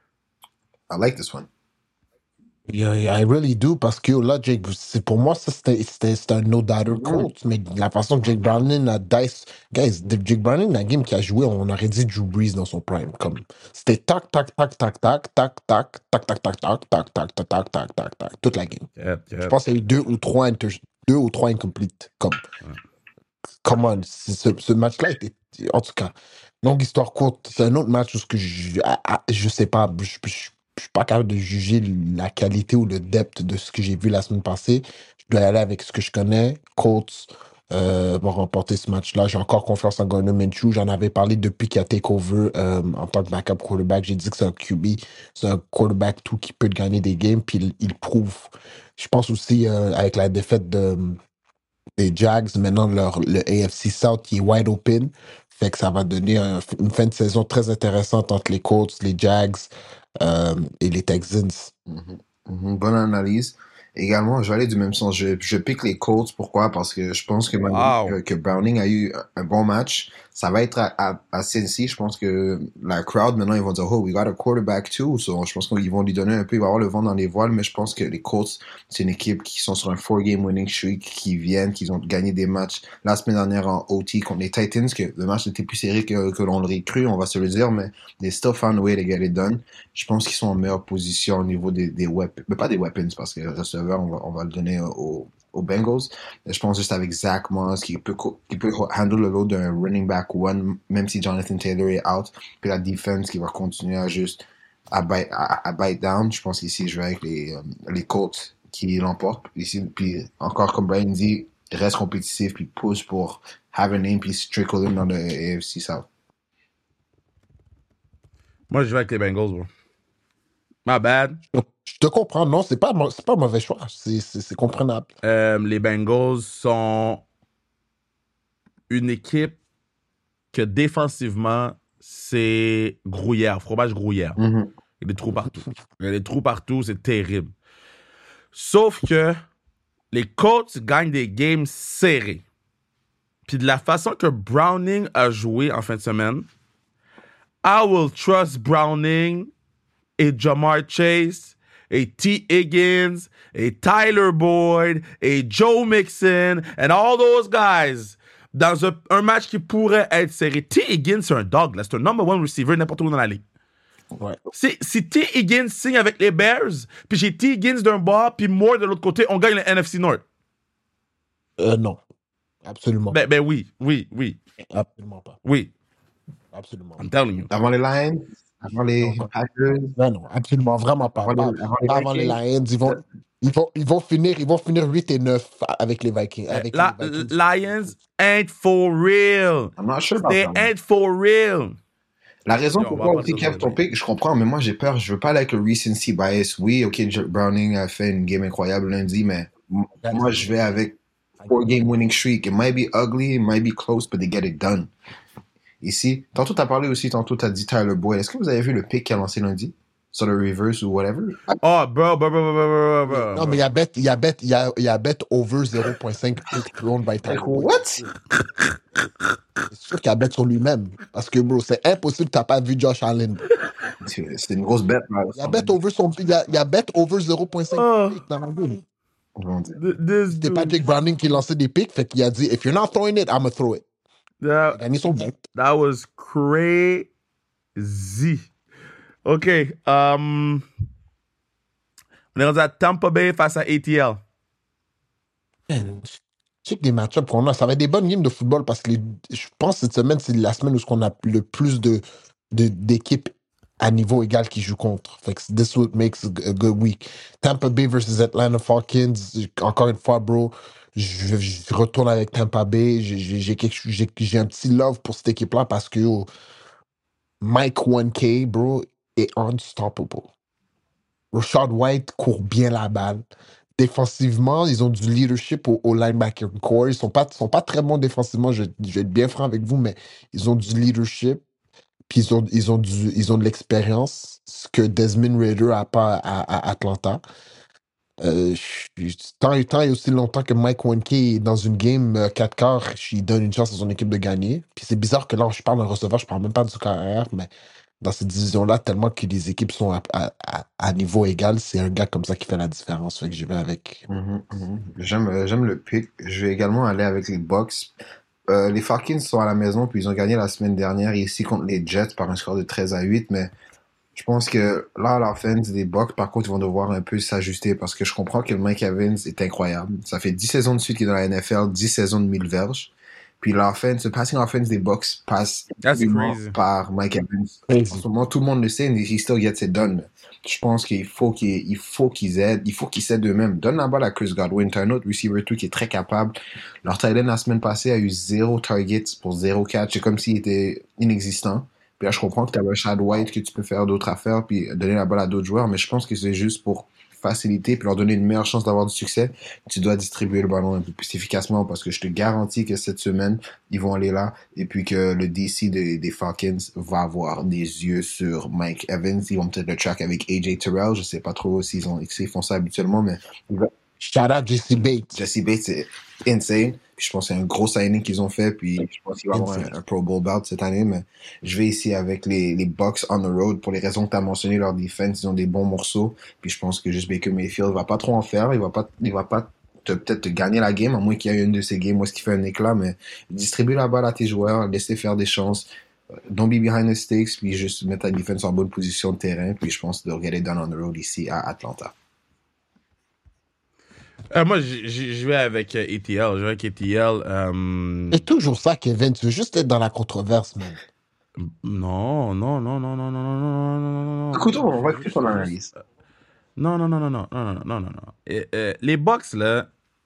I like this one. Yeah, yeah, I really do, parce que là, Jake, c'est, pour moi, ça, c'était, c'était, c'était un no-doubter Colts, mais la façon que Jake Browning a dice, guys, de- Jake Browning, la game qu'il a joué, on aurait dit Drew Brees dans son prime, comme, c'était tac, tac, tac, tac, tac, tac, tac, tac, tac, tac, tac, tac, tac, tac, tac, tac, tac, tac, toute la game. Yep, Je yep. pense qu'il y a eu deux ou trois, inter- deux ou trois incomplete, comme, Ouais. come on, c'est- ce, ce match-là était, en tout cas, longue histoire courte, c'est un autre match où ce que je, ah, ah, je sais pas, je, je, je suis pas capable de juger la qualité ou le depth de ce que j'ai vu la semaine passée. Je dois y aller avec ce que je connais. Colts euh, vont remporter ce match-là. J'ai encore confiance en Gardner Minshew. J'en avais parlé depuis qu'il a take over euh, en tant que backup quarterback. J'ai dit que c'est un Q B, c'est un quarterback tout qui peut gagner des games, puis il, il prouve. Je pense aussi euh, avec la défaite de, des Jags, maintenant leur, le A F C South qui est wide open. Fait que ça va donner un- une fin de saison très intéressante entre les Colts, les Jags euh, et les Texans. Mhm. Mhm. Bonne analyse. Également, je vais aller du même sens. Je, je pique les Colts. Pourquoi? Parce que je pense que, Wow. que, que Browning a eu un bon match. Ça va être à, à, à Cincy. Je pense que la crowd, maintenant, ils vont dire, oh, we got a quarterback too. So, je pense qu'ils vont lui donner un peu, il va avoir le vent dans les voiles, mais je pense que les Colts, c'est une équipe qui sont sur un four-game winning streak, qui viennent, qui ont gagné des matchs la semaine dernière en O T contre les Titans, que le match était plus serré que, que l'on l'aurait cru, on va se le dire, mais they still found a way to get it done. Je pense qu'ils sont en meilleure position au niveau des, des weapons. Mais pas des weapons, parce que le receveur, on va, on va le donner aux, aux Bengals. Mais je pense juste avec Zach Moss, qui peut, qui peut handle le load d'un running back one, même si Jonathan Taylor est out. Puis la defense qui va continuer à juste à bite, à, à bite down. Je pense qu'ici, je vais avec les, euh, les Colts qui l'emportent. Ici, puis encore, comme Brian dit, reste compétitif, puis pousse pour have a name, puis trickle in dans le A F C South. Moi, je vais avec les Bengals, bro. My bad. Je te comprends, non, c'est pas, c'est pas un mauvais choix, c'est, c'est, c'est comprenable. Euh, les Bengals sont une équipe que défensivement, c'est gruyère, fromage gruyère. Mm-hmm. Il y a des trous partout. Il y a des trous partout, c'est terrible. Sauf que les Colts gagnent des games serrés. Puis de la façon que Browning a joué en fin de semaine, I will trust Browning et Jamar Chase et T. Higgins et Tyler Boyd et Joe Mixon and all those guys dans un, un match qui pourrait être serré. T. Higgins, c'est un dog, là. C'est un number one receiver n'importe où dans la ligue. Ouais. Si, si T. Higgins signe avec les Bears, puis j'ai T. Higgins d'un bord, puis Moore de l'autre côté, on gagne le N F C North. Euh, non. Absolument. Ben, ben oui, oui, oui. Absolument pas. Oui. Absolument. I'm telling you. Avant les Lions, avant les Non, Packers. non, non, absolument, vraiment pas. Avant Pas, les, avant les pas avant les Vikings. Lions. Ils vont, ils vont, ils vont finir, ils vont finir huit et neuf avec les Vikings. Avec La, les Vikings. Lions ain't for real. I'm not sure about They that. ain't for real. La raison Yo, on va pourquoi pas aussi te Kev le ton donner. pick, je comprends, mais moi j'ai peur, je veux pas aller avec le recency bias. Oui, ok, J- Browning a fait une game incroyable lundi, mais m- moi je vais avec four game winning streak. It might be ugly, it might be close, but they get it done. Ici, tantôt t'as parlé aussi, tantôt t'as dit Tyler Boyd. Est-ce que vous avez vu le pick qu'il a lancé lundi? Sur le reverse ou whatever? Oh, bro, bro, bro, bro, bro, bro, bro. Non, mais il y a bet, il y a bet, il y a, il y a bet over zéro virgule cinq pick thrown by Tyler Like, Boyd. what? C'est sûr qu'il y a bet sur lui-même. Parce que, bro, c'est impossible que t'as pas vu Josh Allen, bro. C'est c'est une grosse bête. Là. Il y a bet over son, il y a, il y a bet over zéro virgule cinq Oh. pick dans la game. Comment dire? Th- This C'était dude. Patrick Browning qui lançait des picks, fait qu'il a dit, if you're not throwing it, I'm gonna throw it. Il a That, gagné son bet. that was crazy. OK. Um, on est rendu à Tampa Bay face à A T L. Man, check des match-ups qu'on a. Ça va être des bonnes games de football parce que les- je pense que cette semaine, c'est la semaine où on a le plus de, de- d'équipes à niveau égal qui jouent contre. Fait que this what makes a good week. Tampa Bay versus Atlanta Falcons. Encore une fois, bro, je, je retourne avec Tampa Bay. J'ai, j'ai, j'ai quelque- j'ai- j'ai un petit love pour cette équipe-là parce que yo, Mike one K, bro, est unstoppable. Rashad White court bien la balle. Défensivement, ils ont du leadership au, au linebacker core. Ils sont pas, sont pas très bons défensivement, je, je vais être bien franc avec vous, mais ils ont du leadership, puis ils ont, ils ont, du, ils ont de l'expérience, ce que Desmond Ridder n'a pas à, à Atlanta. Euh, je- tant, et tant et aussi longtemps que Mike Wanke est dans une game euh, quatre quarts, il donne une chance à son équipe de gagner. Puis c'est bizarre que là, je parle d'un receveur, je parle même pas du carrière, mais dans cette division-là, tellement que les équipes sont à, à, à- à niveau égal, c'est un gars comme ça qui fait la différence. Fait que je vais avec. Mhm, mhm. J'aime, euh, j'aime le pick. Je vais également aller avec les Bucks. Euh, les Falcons sont à la maison, puis ils ont gagné la semaine dernière ici contre les Jets par un score de treize à huit, mais je pense que là, à l'offense des Bucks, par contre, ils vont devoir un peu s'ajuster parce que je comprends que le Mike Evans est incroyable. Ça fait dix saisons de suite qu'il est dans la N F L, dix saisons de mille verges. Puis l'offense, le passing offense des Bucks passe That's absolument crazy. par Mike Evans. Crazy. En ce moment, tout le monde le sait, mais he still gets it done. Je pense qu'il faut qu'ils, il faut qu'ils aident, il faut qu'ils s'aident eux-mêmes. Donne la balle à Chris Godwin, t'as un autre receiver tout qui est très capable. Leur tight end la semaine passée a eu zéro targets pour zéro catch. C'est comme s'il était inexistant. Puis là, je comprends que tu as un Rashad White, que tu peux faire d'autres affaires, puis donner la balle à d'autres joueurs, mais je pense que c'est juste pour faciliter puis leur donner une meilleure chance d'avoir du succès, tu dois distribuer le ballon un peu plus efficacement parce que je te garantis que cette semaine, ils vont aller là et puis que le D C des, des Falcons va avoir des yeux sur Mike Evans. Ils vont peut-être le track avec A J Terrell. Je sais pas trop s'ils, ont, s'ils font ça habituellement, mais Shout out Jesse Bates. Jesse Bates, c'est insane. Puis je pense que c'est un gros signing qu'ils ont fait. Puis je pense qu'il va avoir un, un Pro Bowl bout cette année. Mais je vais ici avec les, les Bucks on the road pour les raisons que tu as mentionnées. Leur defense, ils ont des bons morceaux. Puis je pense que juste Baker Mayfield va pas trop en faire. Il va pas, il va pas te, peut-être te gagner la game, à moins qu'il y ait une de ces games où est-ce qu'il fait un éclat. Mais distribue la balle à tes joueurs, laisse-les faire des chances. Don't be behind the stakes. Puis juste mettre ta defense en bonne position de terrain. Puis je pense de regarder down on the road ici à Atlanta. Euh, moi, je vais avec euh, A T L. Je vais avec A T L. Euh... C'est toujours ça, Kevin. Tu veux juste être dans la controverse, man. Non, non, non, non, non, non, non, non, non, non. Écoute, on va écouter ton analyse. Non, non, non, non, non, non, non, non, non, non. Et, euh, les Bucks, là...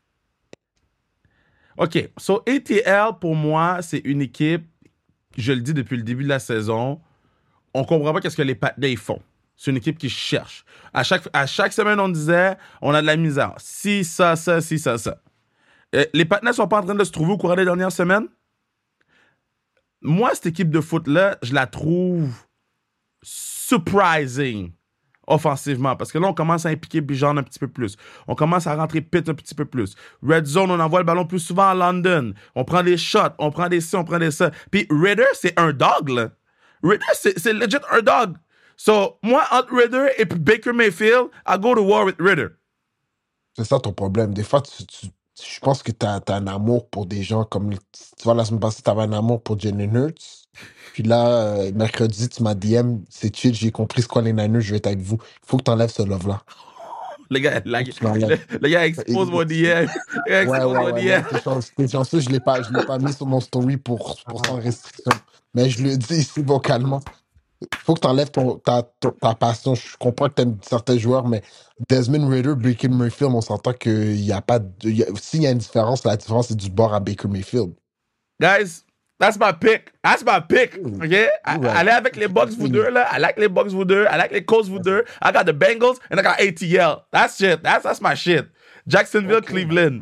OK, so A T L, pour moi, c'est une équipe, je le dis depuis le début de la saison, on comprend pas qu'est-ce que les Patnais font. C'est une équipe qui cherche. À chaque, à chaque semaine, on disait, on a de la misère. Si, ça, ça, si, ça, ça. Euh, les Patnais sont pas en train de se trouver au cours des dernières semaines. Moi, cette équipe de foot-là, je la trouve surprising offensivement. Parce que là, on commence à impliquer Bijan un petit peu plus. On commence à rentrer Pitt un petit peu plus. Red Zone, on envoie le ballon plus souvent à London. On prend des shots, on prend des ci, on prend des ça. Puis Ridder, c'est un dog, là. Ridder, c'est, c'est legit un dog. So, moi, entre Ridder et Baker Mayfield, I go to war with Ridder. C'est ça ton problème. Des fois, tu, tu, je pense que tu as un amour pour des gens comme... Tu vois, la semaine passée, tu avais un amour pour Jalen Hurts. Puis là, euh, mercredi, tu m'as D M, c'est chill, j'ai compris ce qu'est les Niners, je vais être avec vous. Il faut que tu enlèves ce love-là. Le gars, la, le, le gars expose mon D M. Le gars expose ouais, ouais, mon ouais, D M. T'es chanceux, t'es chanceux, je ne l'ai pas, je l'ai pas mis sur mon story pour, pour sans restriction. Mais je le dis ici vocalement. Il faut que tu enlèves ton, ta, ta, ta passion. Je comprends que tu aimes certains joueurs, mais Desmond Ridder, Baker Mayfield, on s'entend qu'il n'y a pas de. Y a, s'il y a une différence, la différence c'est du bord à Baker Mayfield. Guys, that's my pick. That's my pick. OK? Right. Allez avec les Bucks, vous deux, là. I like les Bucks, vous deux. I like les Colts, vous deux. I got the Bengals and I got A T L. That's shit. That's, that's my shit. Jacksonville, okay. Cleveland.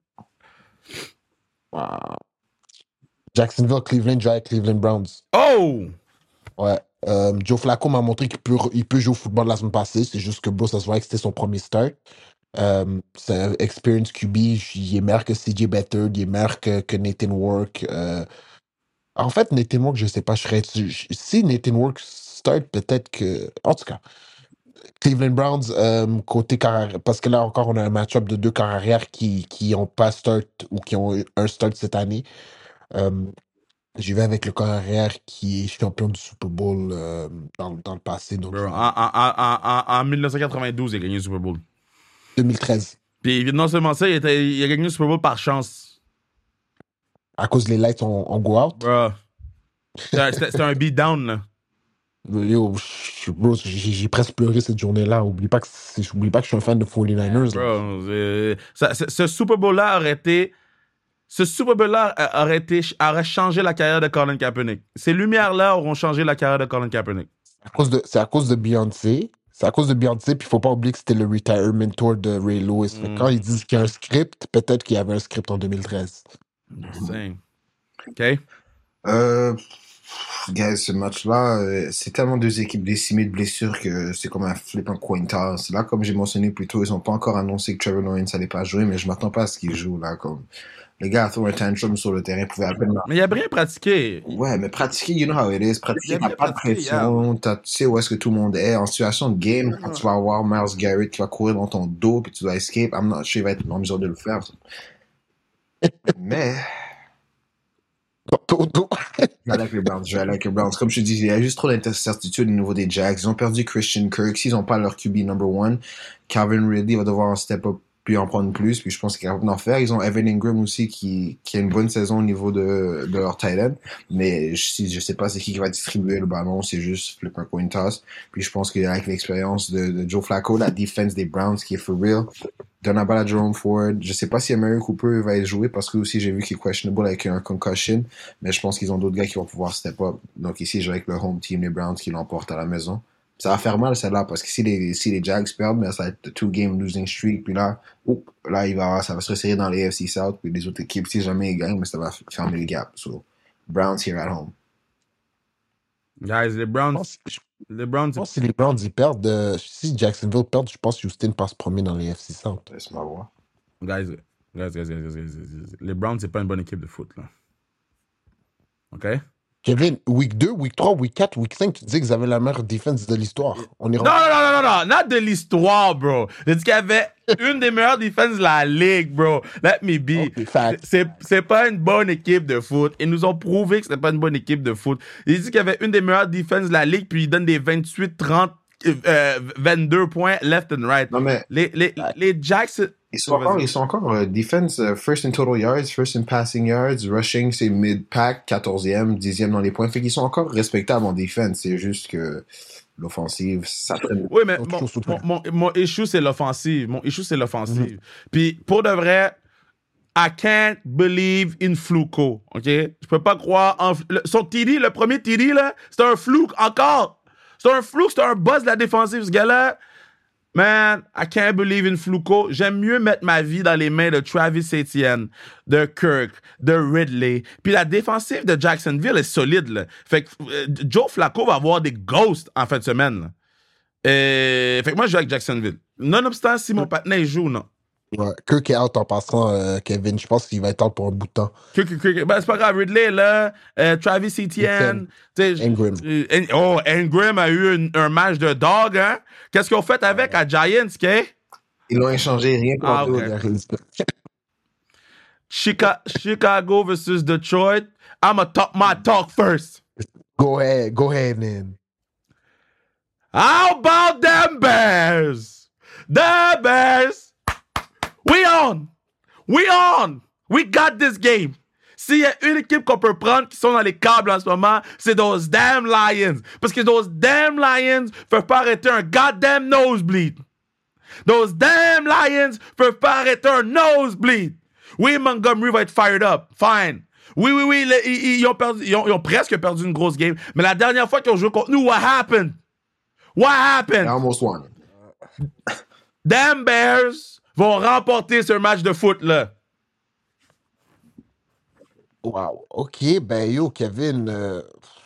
Wow. Jacksonville, Cleveland, Giants, Cleveland Browns. Oh! Ouais. Euh, Joe Flacco m'a montré qu'il peut, il peut jouer au football la semaine passée. C'est juste que, bro, ça se voit que c'était son premier start. Euh, c'est un experience Q B. Il est meilleur que C J Beathard. Il est meilleur que, que Nathan Work. Euh, en fait, Nathan Work, je sais pas. Je serais, si Nathan Work start, peut-être que... En tout cas, Cleveland Browns, euh, côté carrière... Parce que là encore, on a un match-up de deux carrières qui qui ont pas start ou qui ont un start cette année. Euh, J'y vais avec le carrière qui est champion du Super Bowl euh, dans, dans le passé. Donc, Bro, en, en, en, en, en dix-neuf cent quatre-vingt-douze, il a gagné le Super Bowl. deux mille treize. Puis non seulement ça, il, était, il a gagné le Super Bowl par chance. À cause les lights ont, ont go out? Bro. C'était, c'était un beatdown, là. Yo, bro, j'ai, j'ai presque pleuré cette journée-là. Oublie pas que, c'est, oublie pas que je suis un fan de forty-niners. Bro, c'est, ça, c'est, ce Super Bowl-là aurait été... Ce Super Bowl-là aurait, été, aurait changé la carrière de Colin Kaepernick. Ces lumières-là auront changé la carrière de Colin Kaepernick. À cause de, c'est à cause de Beyoncé. C'est à cause de Beyoncé, puis il faut pas oublier que c'était le retirement tour de Ray Lewis. Mm. Quand ils disent qu'il y a un script, peut-être qu'il y avait un script en deux mille treize. C'est... OK. Euh... Guys, ce match-là, euh, c'est tellement deux équipes décimées de blessures que c'est comme un flip en coin toss. Là, comme j'ai mentionné plus tôt, ils n'ont pas encore annoncé que Trevor Lawrence n'allait pas jouer, mais je m'attends pas à ce qu'il joue, là, comme... Les gars, throw un tantrum sur le terrain, pouvaient à peine... Mais il a bien pratiqué. Ouais, mais pratiquer, you know how it is. Pratiquer, t'as pas de pression, t'as, tu sais où est-ce que tout le monde est. En situation de game, quand tu vas avoir Myles Garrett qui va courir dans ton dos, puis tu dois escape, I'm not sure il va être en mesure de le faire. Mais... Je vais aller avec les Browns, je vais aller avec les Browns. Comme je te dis, il y a juste trop d'incertitudes au niveau des Jags. Ils ont perdu Christian Kirk. S'ils n'ont pas leur Q B number one, Calvin Ridley va devoir en step up puis en prendre plus, puis je pense qu'ils sont capables d'en faire. Ils ont Evan Ingram aussi qui, qui a une bonne saison au niveau de, de leur tight end, mais je, je sais pas c'est qui qui va distribuer le ballon, c'est juste flip un coin toss. Puis je pense qu'avec l'expérience de, de Joe Flacco, la defense des Browns qui est for real, donne la balle à Jerome Ford. Je sais pas si Amari Cooper va y jouer parce que aussi j'ai vu qu'il est questionable avec un concussion, mais je pense qu'ils ont d'autres gars qui vont pouvoir step up. Donc ici, je vais avec le home team, les Browns qui l'emportent à la maison. Ça va faire mal, celle-là, parce que si les, si les Jags perdent, ben, ça va être the two-game losing streak. Puis là, oup, là il va, ça va se resserrer dans les A F C South. Puis les autres équipes, si jamais ils gagnent, mais ça va fermer le gap. So, Browns here at home. Guys, les Je Browns, pense, je les Browns, pense que si les Browns ils perdent, euh, si Jacksonville perd, je pense que Houston passe premier dans les F C South. Laisse-moi voir. guys, guys, guys, guys, guys, guys, guys, les Browns, c'est pas une bonne équipe de foot, là. OK? Kevin, week deux, week trois, week quatre, week cinq, tu dis qu'ils avaient la meilleure défense de l'histoire. On est Non, non, non, non, non, not de l'histoire, bro. J'ai dit qu'il y avait une des meilleures défenses de la ligue, bro. Let me be. Okay, fact. C'est, c'est pas une bonne équipe de foot. Ils nous ont prouvé que c'était pas une bonne équipe de foot. Ils disent qu'il y avait une des meilleures défenses de la ligue, puis ils donnent des vingt-huit, trente, euh, vingt-deux points left and right. Non, mais Les, les, les Jacks... ils sont encore, ils sont encore euh, defense, uh, first in total yards, first in passing yards, rushing, c'est mid-pack, quatorzième, dixième dans les points. Fait qu'ils sont encore respectables en defense. C'est juste que l'offensive, ça traîne. Oui, mais Autre mon, chose, autre mon, chose. mon, mon issue, c'est l'offensive. Mon issue, c'est l'offensive. Mm-hmm. Puis, pour de vrai, I can't believe in Fluco, OK? Je peux pas croire en... le- son T D, le premier T D, là, c'est un fluke encore. C'est un fluke, c'est un buzz de la défensive, ce gars-là. Man, I can't believe in Fluco. J'aime mieux mettre ma vie dans les mains de Travis Etienne, de Kirk, de Ridley. Puis la défensive de Jacksonville est solide, là. Fait que euh, Joe Flacco va avoir des ghosts en fin de semaine, là. Et... Fait que moi, je joue avec Jacksonville. Nonobstant si mon partenaire joue, non. Ouais. Kirk est out en passant, euh, Kevin. Je pense qu'il va être out pour un bout de temps. Que, que, que, ben, c'est pas grave, Ridley est là, euh, Travis Etienne, tu sais, Ingram. euh, En- oh, Ingram a eu un, un match de dog, hein? Qu'est-ce qu'ils ont fait avec à Giants, OK? Ils l'ont échangé rien Ah, contre ok. Il a réussi. Chica- Chicago versus Detroit. I'ma talk my talk first. Go ahead, go ahead, man. How about them Bears? The Bears. We on. We on. We got this game. S'il y a une équipe qu'on peut prendre qui sont dans les câbles en ce moment, c'est those damn Lions. Parce que those damn Lions peuvent pas arrêter un goddamn nosebleed. Those damn Lions peuvent pas arrêter un nosebleed. Oui, Montgomery va être fired up. Fine. Oui, oui, oui, le- ils, ils ont perdu, ils, ont, ils ont presque perdu une grosse game. Mais la dernière fois qu'ils ont joué contre nous, what happened? What happened? They almost won. Damn Bears vont remporter ce match de foot-là. Wow. OK, ben yo, Kevin, euh,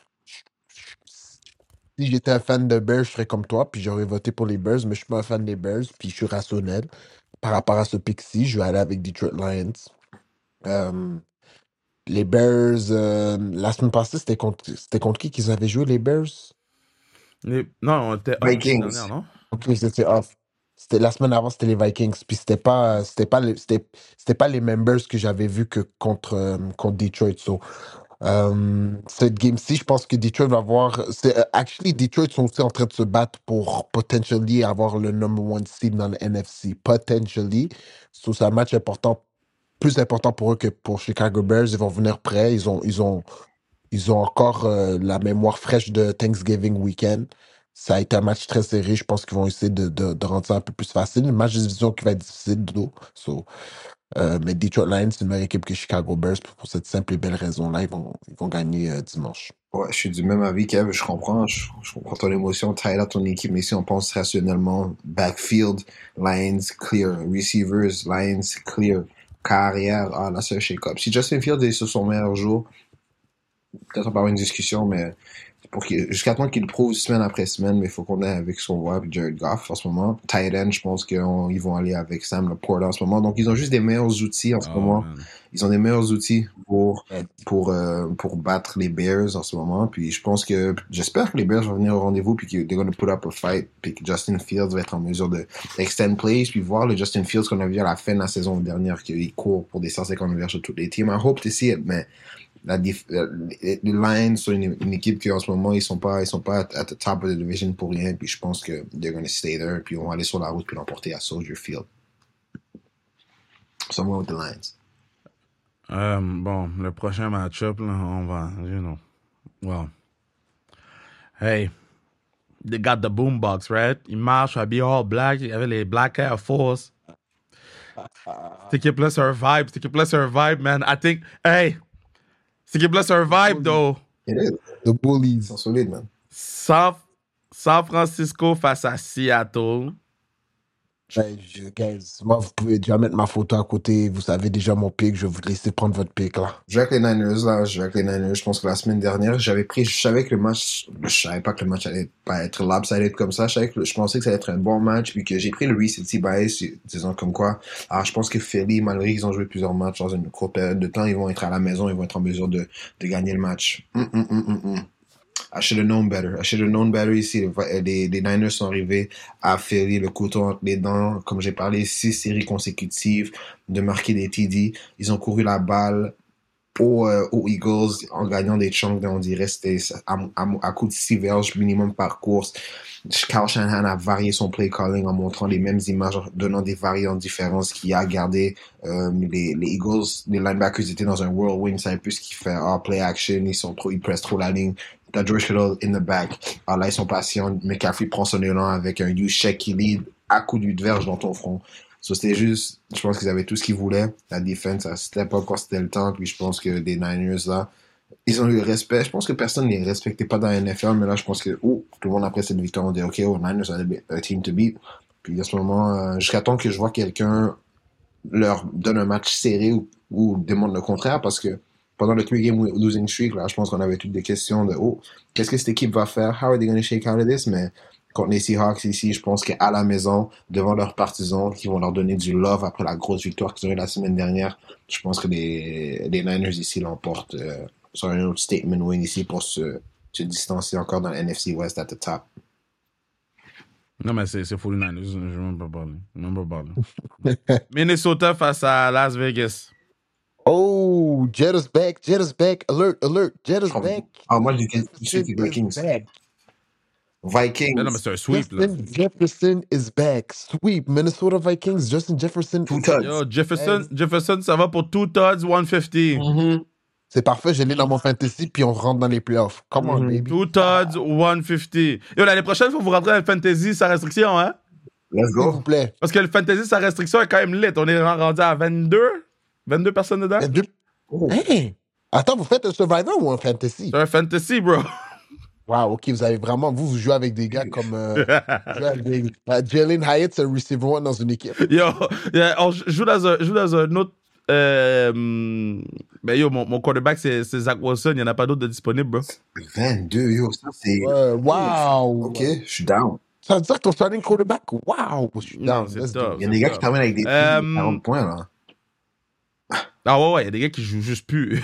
si j'étais un fan de Bears, je serais comme toi, puis j'aurais voté pour les Bears, mais je suis pas un fan des Bears, puis je suis rationnel. Par rapport à ce pick-ci, je vais aller avec Detroit Lions. Euh, les Bears, euh, la semaine passée, c'était contre, c'était contre qui qu'ils avaient joué, les Bears? Les- Non, on était off la Vikings. dernière, non? OK, c'était off. C'était la semaine avant, c'était les Vikings. Puis c'était pas, c'était pas, les- c'était, c'était pas les members que j'avais vus que contre, euh, contre Detroit. So, euh, cette game-ci, je pense que Detroit va avoir. C'est, euh, actually, Detroit sont aussi en train de se battre pour potentially avoir le number one seed dans le N F C. Potentially. So, c'est un match important, plus important pour eux que pour Chicago Bears. Ils vont venir prêts. Ils ont, ils ont, ils ont encore euh, la mémoire fraîche de Thanksgiving weekend. Ça a été un match très serré. Je pense qu'ils vont essayer de, de, de rendre ça un peu plus facile. Un match de division qui va être difficile, d'eau. So, euh, mais Detroit Lions, c'est une meilleure équipe que Chicago Bears. Pour, pour cette simple et belle raison-là, ils vont, ils vont gagner euh, dimanche. Ouais, je suis du même avis, Kev. Je comprends. Je, je comprends ton émotion. Taille à ton équipe. Mais si on pense rationnellement, backfield, Lions, clear. Receivers, Lions, clear. Carrière, ah, là, c'est un shake-up. Si Justin Fields est sur son meilleur jour, peut-être on peut avoir une discussion, mais pour qu'il, jusqu'à temps qu'il le prouve semaine après semaine, mais il faut qu'on ait avec son voix, avec Jared Goff en ce moment. Tight end, je pense qu'ils vont aller avec Sam Laporta en ce moment. Donc, ils ont juste des meilleurs outils en ce Oh, moment. man. Ils ont des meilleurs outils pour, Ouais. pour, euh, pour battre les Bears en ce moment. Puis je pense que, j'espère que les Bears vont venir au rendez-vous puis qu'ils they're gonna put up a fight puis que Justin Fields va être en mesure de extend plays puis voir le Justin Fields qu'on a vu à la fin de la saison dernière qu'il court pour des cent cinquante verges sur toutes les teams. I hope to see it, mais la dif- euh, les les Lions sont une, une équipe qui en ce moment ils sont pas ils sont pas at, at the top of the division pour rien puis je pense que they're gonna stay there puis on va aller sur la route puis l'emporter à Soldier Field. So I'm going with the Lions. Euh, bon, le prochain match-up, là, on va, you know. Well. Hey, they got the boombox, right? Il marche habillé all black. Il y avait les Black Air Force. Cette équipe-là, c'est un vibe. Cette équipe-là, c'est un vibe, man. I think, hey, cette équipe-là, c'est un vibe, though. It is. The Ils Bullies. sont solides, man. Sans, San Francisco face à Seattle. Ben, je, guys, moi, vous pouvez déjà mettre ma photo à côté. Vous savez déjà mon pic. Je vais vous laisser prendre votre pic, là. Je vais avec les Niners, là. Je vais avec les Niners. Je pense que la semaine dernière, j'avais pris, je savais que le match, je savais pas que le match allait pas être lopsided comme ça. Je savais que, je pensais que ça allait être un bon match, puis que j'ai pris le recency bias, disons comme quoi. Alors, je pense que Philly, malgré qu'ils ont joué plusieurs matchs dans une courte période de temps, ils vont être à la maison, ils vont être en mesure de, de gagner le match. Mm, mm, mm, mm, mm. I should have known better. I should have known better ici. Les, les Niners sont arrivés à Philly, le couteau entre les dents. Comme j'ai parlé, six séries consécutives de marquer des T D. Ils ont couru la balle aux, euh, aux Eagles en gagnant des chunks, on dirait c'était à, à, à coup de six verges minimum par course. Kyle Shanahan a varié son play calling en montrant les mêmes images, en donnant des variantes différentes, qui a gardé euh, les, les Eagles, les linebackers étaient dans un whirlwind, ça savait plus ce qu'il fait. Ah, play action, ils sont trop, ils pressent trop la ligne. T'as George Kittle in the back. Ah là, ils sont patients. McCaffrey prend son élan avec un U-check qui lead à coup de verge dans ton front. So, c'était juste, je pense qu'ils avaient tout ce qu'ils voulaient. La défense, c'était pas quand c'était le temps. Puis je pense que les Niners, là, ils ont eu le respect. Je pense que personne ne les respectait pas dans la N F L, mais là, je pense que, oh, tout le monde après cette victoire, on dit, OK, oh, Niners are a team to beat. Puis à ce moment, euh, jusqu'à temps que je vois quelqu'un leur donne un match serré ou, ou démontre le contraire, parce que pendant le three-game losing streak, là, je pense qu'on avait toutes des questions de, oh, qu'est-ce que cette équipe va faire? How are they going to shake out of this? Mais contre les Seahawks ici, je pense qu'à la maison, devant leurs partisans, qui vont leur donner du love après la grosse victoire qu'ils ont eu la semaine dernière, je pense que les, les Niners ici l'emportent euh, sur un autre statement win ici pour se, se distancer encore dans le N F C West at the top. Non, mais c'est, c'est forty-niners, je ne veux même pas parler. Je ne veux même pas parler. Minnesota face à Las Vegas. Oh, Jet is back, Jet is back, alert, alert, Jet is Oh, back. ah, moi, j'ai dit Vikings. Back. Vikings. Non, non, mais c'est un sweep, Justin là. Jefferson is back. Sweep. Minnesota Vikings, Justin Jefferson. Two tuds. Yo, Jefferson, Jefferson, ça va pour two tuds, one fifty. Mm-hmm. C'est parfait, je l'ai dans mon fantasy, puis on rentre dans les playoffs. Come on, Mhm. baby. Two tuds, one fifty. Yo, l'année prochaine, il faut vous rentrer dans le fantasy sans restriction, hein? Let's S'il vous go. plaît. Parce que le fantasy sans restriction est quand même lit. On est rendu à vingt-deux? vingt-deux personnes dedans? Et deux- Oh. Hey! Attends, vous faites un Survivor ou un fantasy? C'est un fantasy, bro. Wow, ok, vous avez vraiment, vous, vous jouez avec des gars comme euh, vous jouez avec des- euh, Jalen Hyatt, c'est un receiver one dans une équipe. Yo, yeah, on joue dans un, joue dans un autre. Euh, ben yo, mon, mon quarterback, c'est, c'est Zach Wilson. Il n'y en a pas d'autre de disponible, bro. vingt-deux, yo, ça c'est... Ouais, wow! Ok, je suis down. Ça veut dire que ton starting quarterback, wow! Je suis Non, down. c'est Let's top. go. Il y a des gars qui terminent avec des Euh, quarante points, là. Ah ouais, ouais, il y a des gars qui jouent juste plus.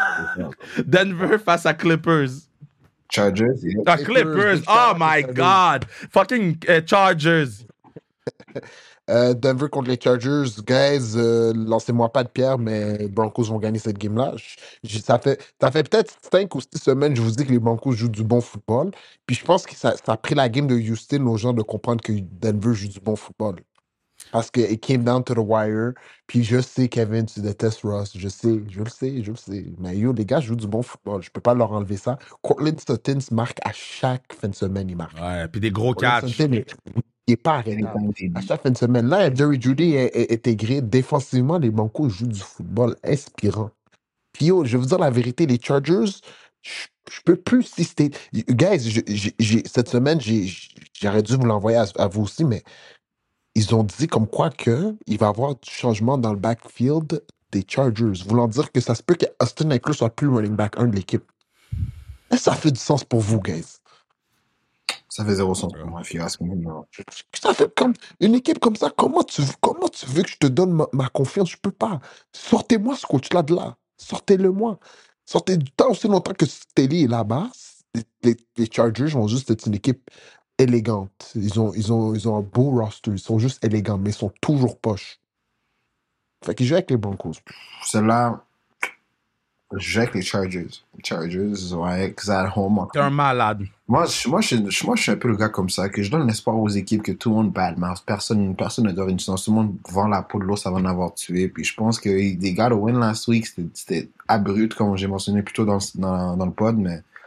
Denver face à Clippers. Chargers, yeah. Ah, Clippers, Clippers. big Oh shout out my to God. Fucking uh, Chargers. Euh, Denver contre les Chargers, guys, euh, lancez-moi pas de pierre, mais les Broncos vont gagner cette game-là. Je- je- ça fait, ça fait peut-être cinq ou six semaines, je vous dis que les Broncos jouent du bon football. Puis je pense que ça, ça a pris la game de Houston aux gens de comprendre que Denver joue du bon football. Parce que it came down to the wire. Puis je sais, Kevin, tu détestes Ross. Je sais, je le sais, je le sais. Mais yo, les gars jouent du bon football. Je peux pas leur enlever ça. Cortland Sutton se marque à chaque fin de semaine, il marque. Ouais, puis des gros Cortland catchs. Sutton, il il est pas arrêtable. À chaque fin de semaine, là, Jerry Judy est, est intégré. Défensivement, les Broncos jouent du football inspirant. Puis yo, je vais vous dire la vérité, les Chargers, je, je peux plus sister. Guys, je- j'ai- j'ai- cette semaine, j'ai- j'aurais dû vous l'envoyer à, à vous aussi, mais ils ont dit comme quoi que il va y avoir du changement dans le backfield des Chargers. Voulant dire que ça se peut que Austin Eckler soit plus le running back un de l'équipe. Est-ce que ça fait du sens pour vous, guys? Ça fait zéro sens pour moi, if you ask me. Non. Ça fait comme une équipe comme ça, comment tu, comment tu veux que je te donne ma, ma confiance? Je peux pas. Sortez-moi ce coach-là de là. Sortez-le-moi. Sortez du temps aussi longtemps que Staley est là-bas. Les, les- les Chargers vont juste être une équipe élégante. Ils ont, ils, ont, ils ont un beau roster. Ils sont juste élégants, mais ils sont toujours poches. Fait qu'ils jouent avec les Broncos. Celle-là, je joue avec les Chargers. Chargers, ouais, because at home. T'es un malade. Moi, je, moi, je, je- moi, je suis un peu le gars comme ça, que je donne l'espoir aux équipes que tout le monde badmouth. Personne, personne ne doit une chance. Tout le monde vend la peau de l'ours avant d'avoir tué. Puis je pense que des gars de win last week, c'était, c'était abrupt, comme j'ai mentionné plus tôt dans, dans, dans le pod, mais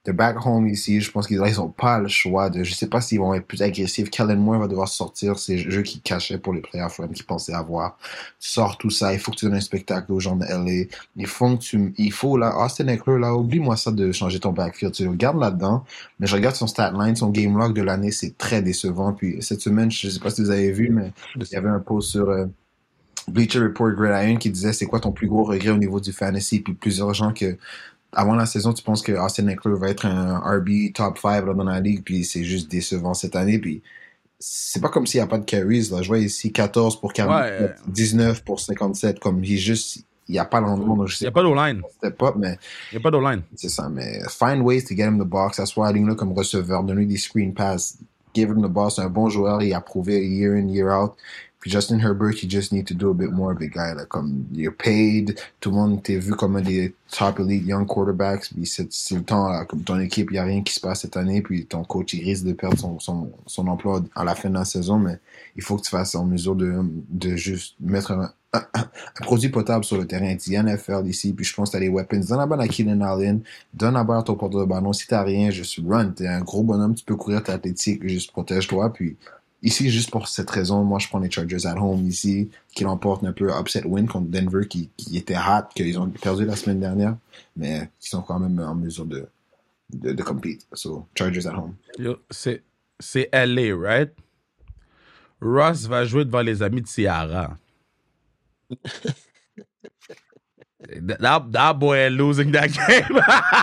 de back home ici. Je pense qu'ils ils ont pas le choix de, je sais pas s'ils vont être plus agressifs. Kellen Moore va devoir sortir ces jeux qu'il cachait pour les playoffs, qu'il pensait avoir. Tu sors tout ça. Il faut que tu donnes un spectacle aux gens de L A. Il faut que tu, il faut, là, Austin Eckler, là, oublie-moi ça de changer ton backfield. Tu le regardes là-dedans, mais je regarde son stat line, son game log de l'année, c'est très décevant. Puis cette semaine, je sais pas si vous avez vu, mais il y avait un post sur, euh, Bleacher Report Gridiron qui disait c'est quoi ton plus gros regret au niveau du fantasy, puis plusieurs gens que avant la saison tu penses que Austin Eckler va être un R B top cinq là, dans la ligue, puis c'est juste décevant cette année, puis c'est pas comme s'il n'y a pas de carries là. Je vois ici quatorze pour quarante-sept, ouais. dix-neuf pour cinquante-sept, comme il juste il n'y a pas l'endroit. Il n'y a pas d'O-line. Step up, mais il n'y a pas d'O-line. C'est ça, mais find ways to get him the box, asseoir la ligne là comme receveur, donner des screen pass, give him the ball, c'est un bon joueur, il a prouvé year in year out. Puis Justin Herbert, you just need to do a bit more, big guy. Like, comme, you're paid, tout le monde t'est vu comme un des top elite young quarterbacks, puis c'est, c'est le temps, là, comme ton équipe, il n'y a rien qui se passe cette année, puis ton coach, il risque de perdre son, son, son emploi à la fin de la saison, mais il faut que tu fasses en mesure de, de juste mettre un, un, un produit potable sur le terrain. Tu N F L ici, puis je pense que t'as les weapons. Donne la balle à Keenan Allen, donne la balle à ton porteur de ballon. Si t'as rien, juste run. T'es un gros bonhomme, tu peux courir, t'es athlétique, juste protège-toi, puis ici, juste pour cette raison, moi, je prends les Chargers at home ici, qui l'emportent un peu upset win contre Denver, qui, qui était hot, qu'ils ont perdu la semaine dernière, mais qui sont quand même en mesure de, de, de compete. So, Chargers at home. Yo, c'est, c'est L A, right? Russ va jouer devant les amis de Ciara. that, that boy is losing that game.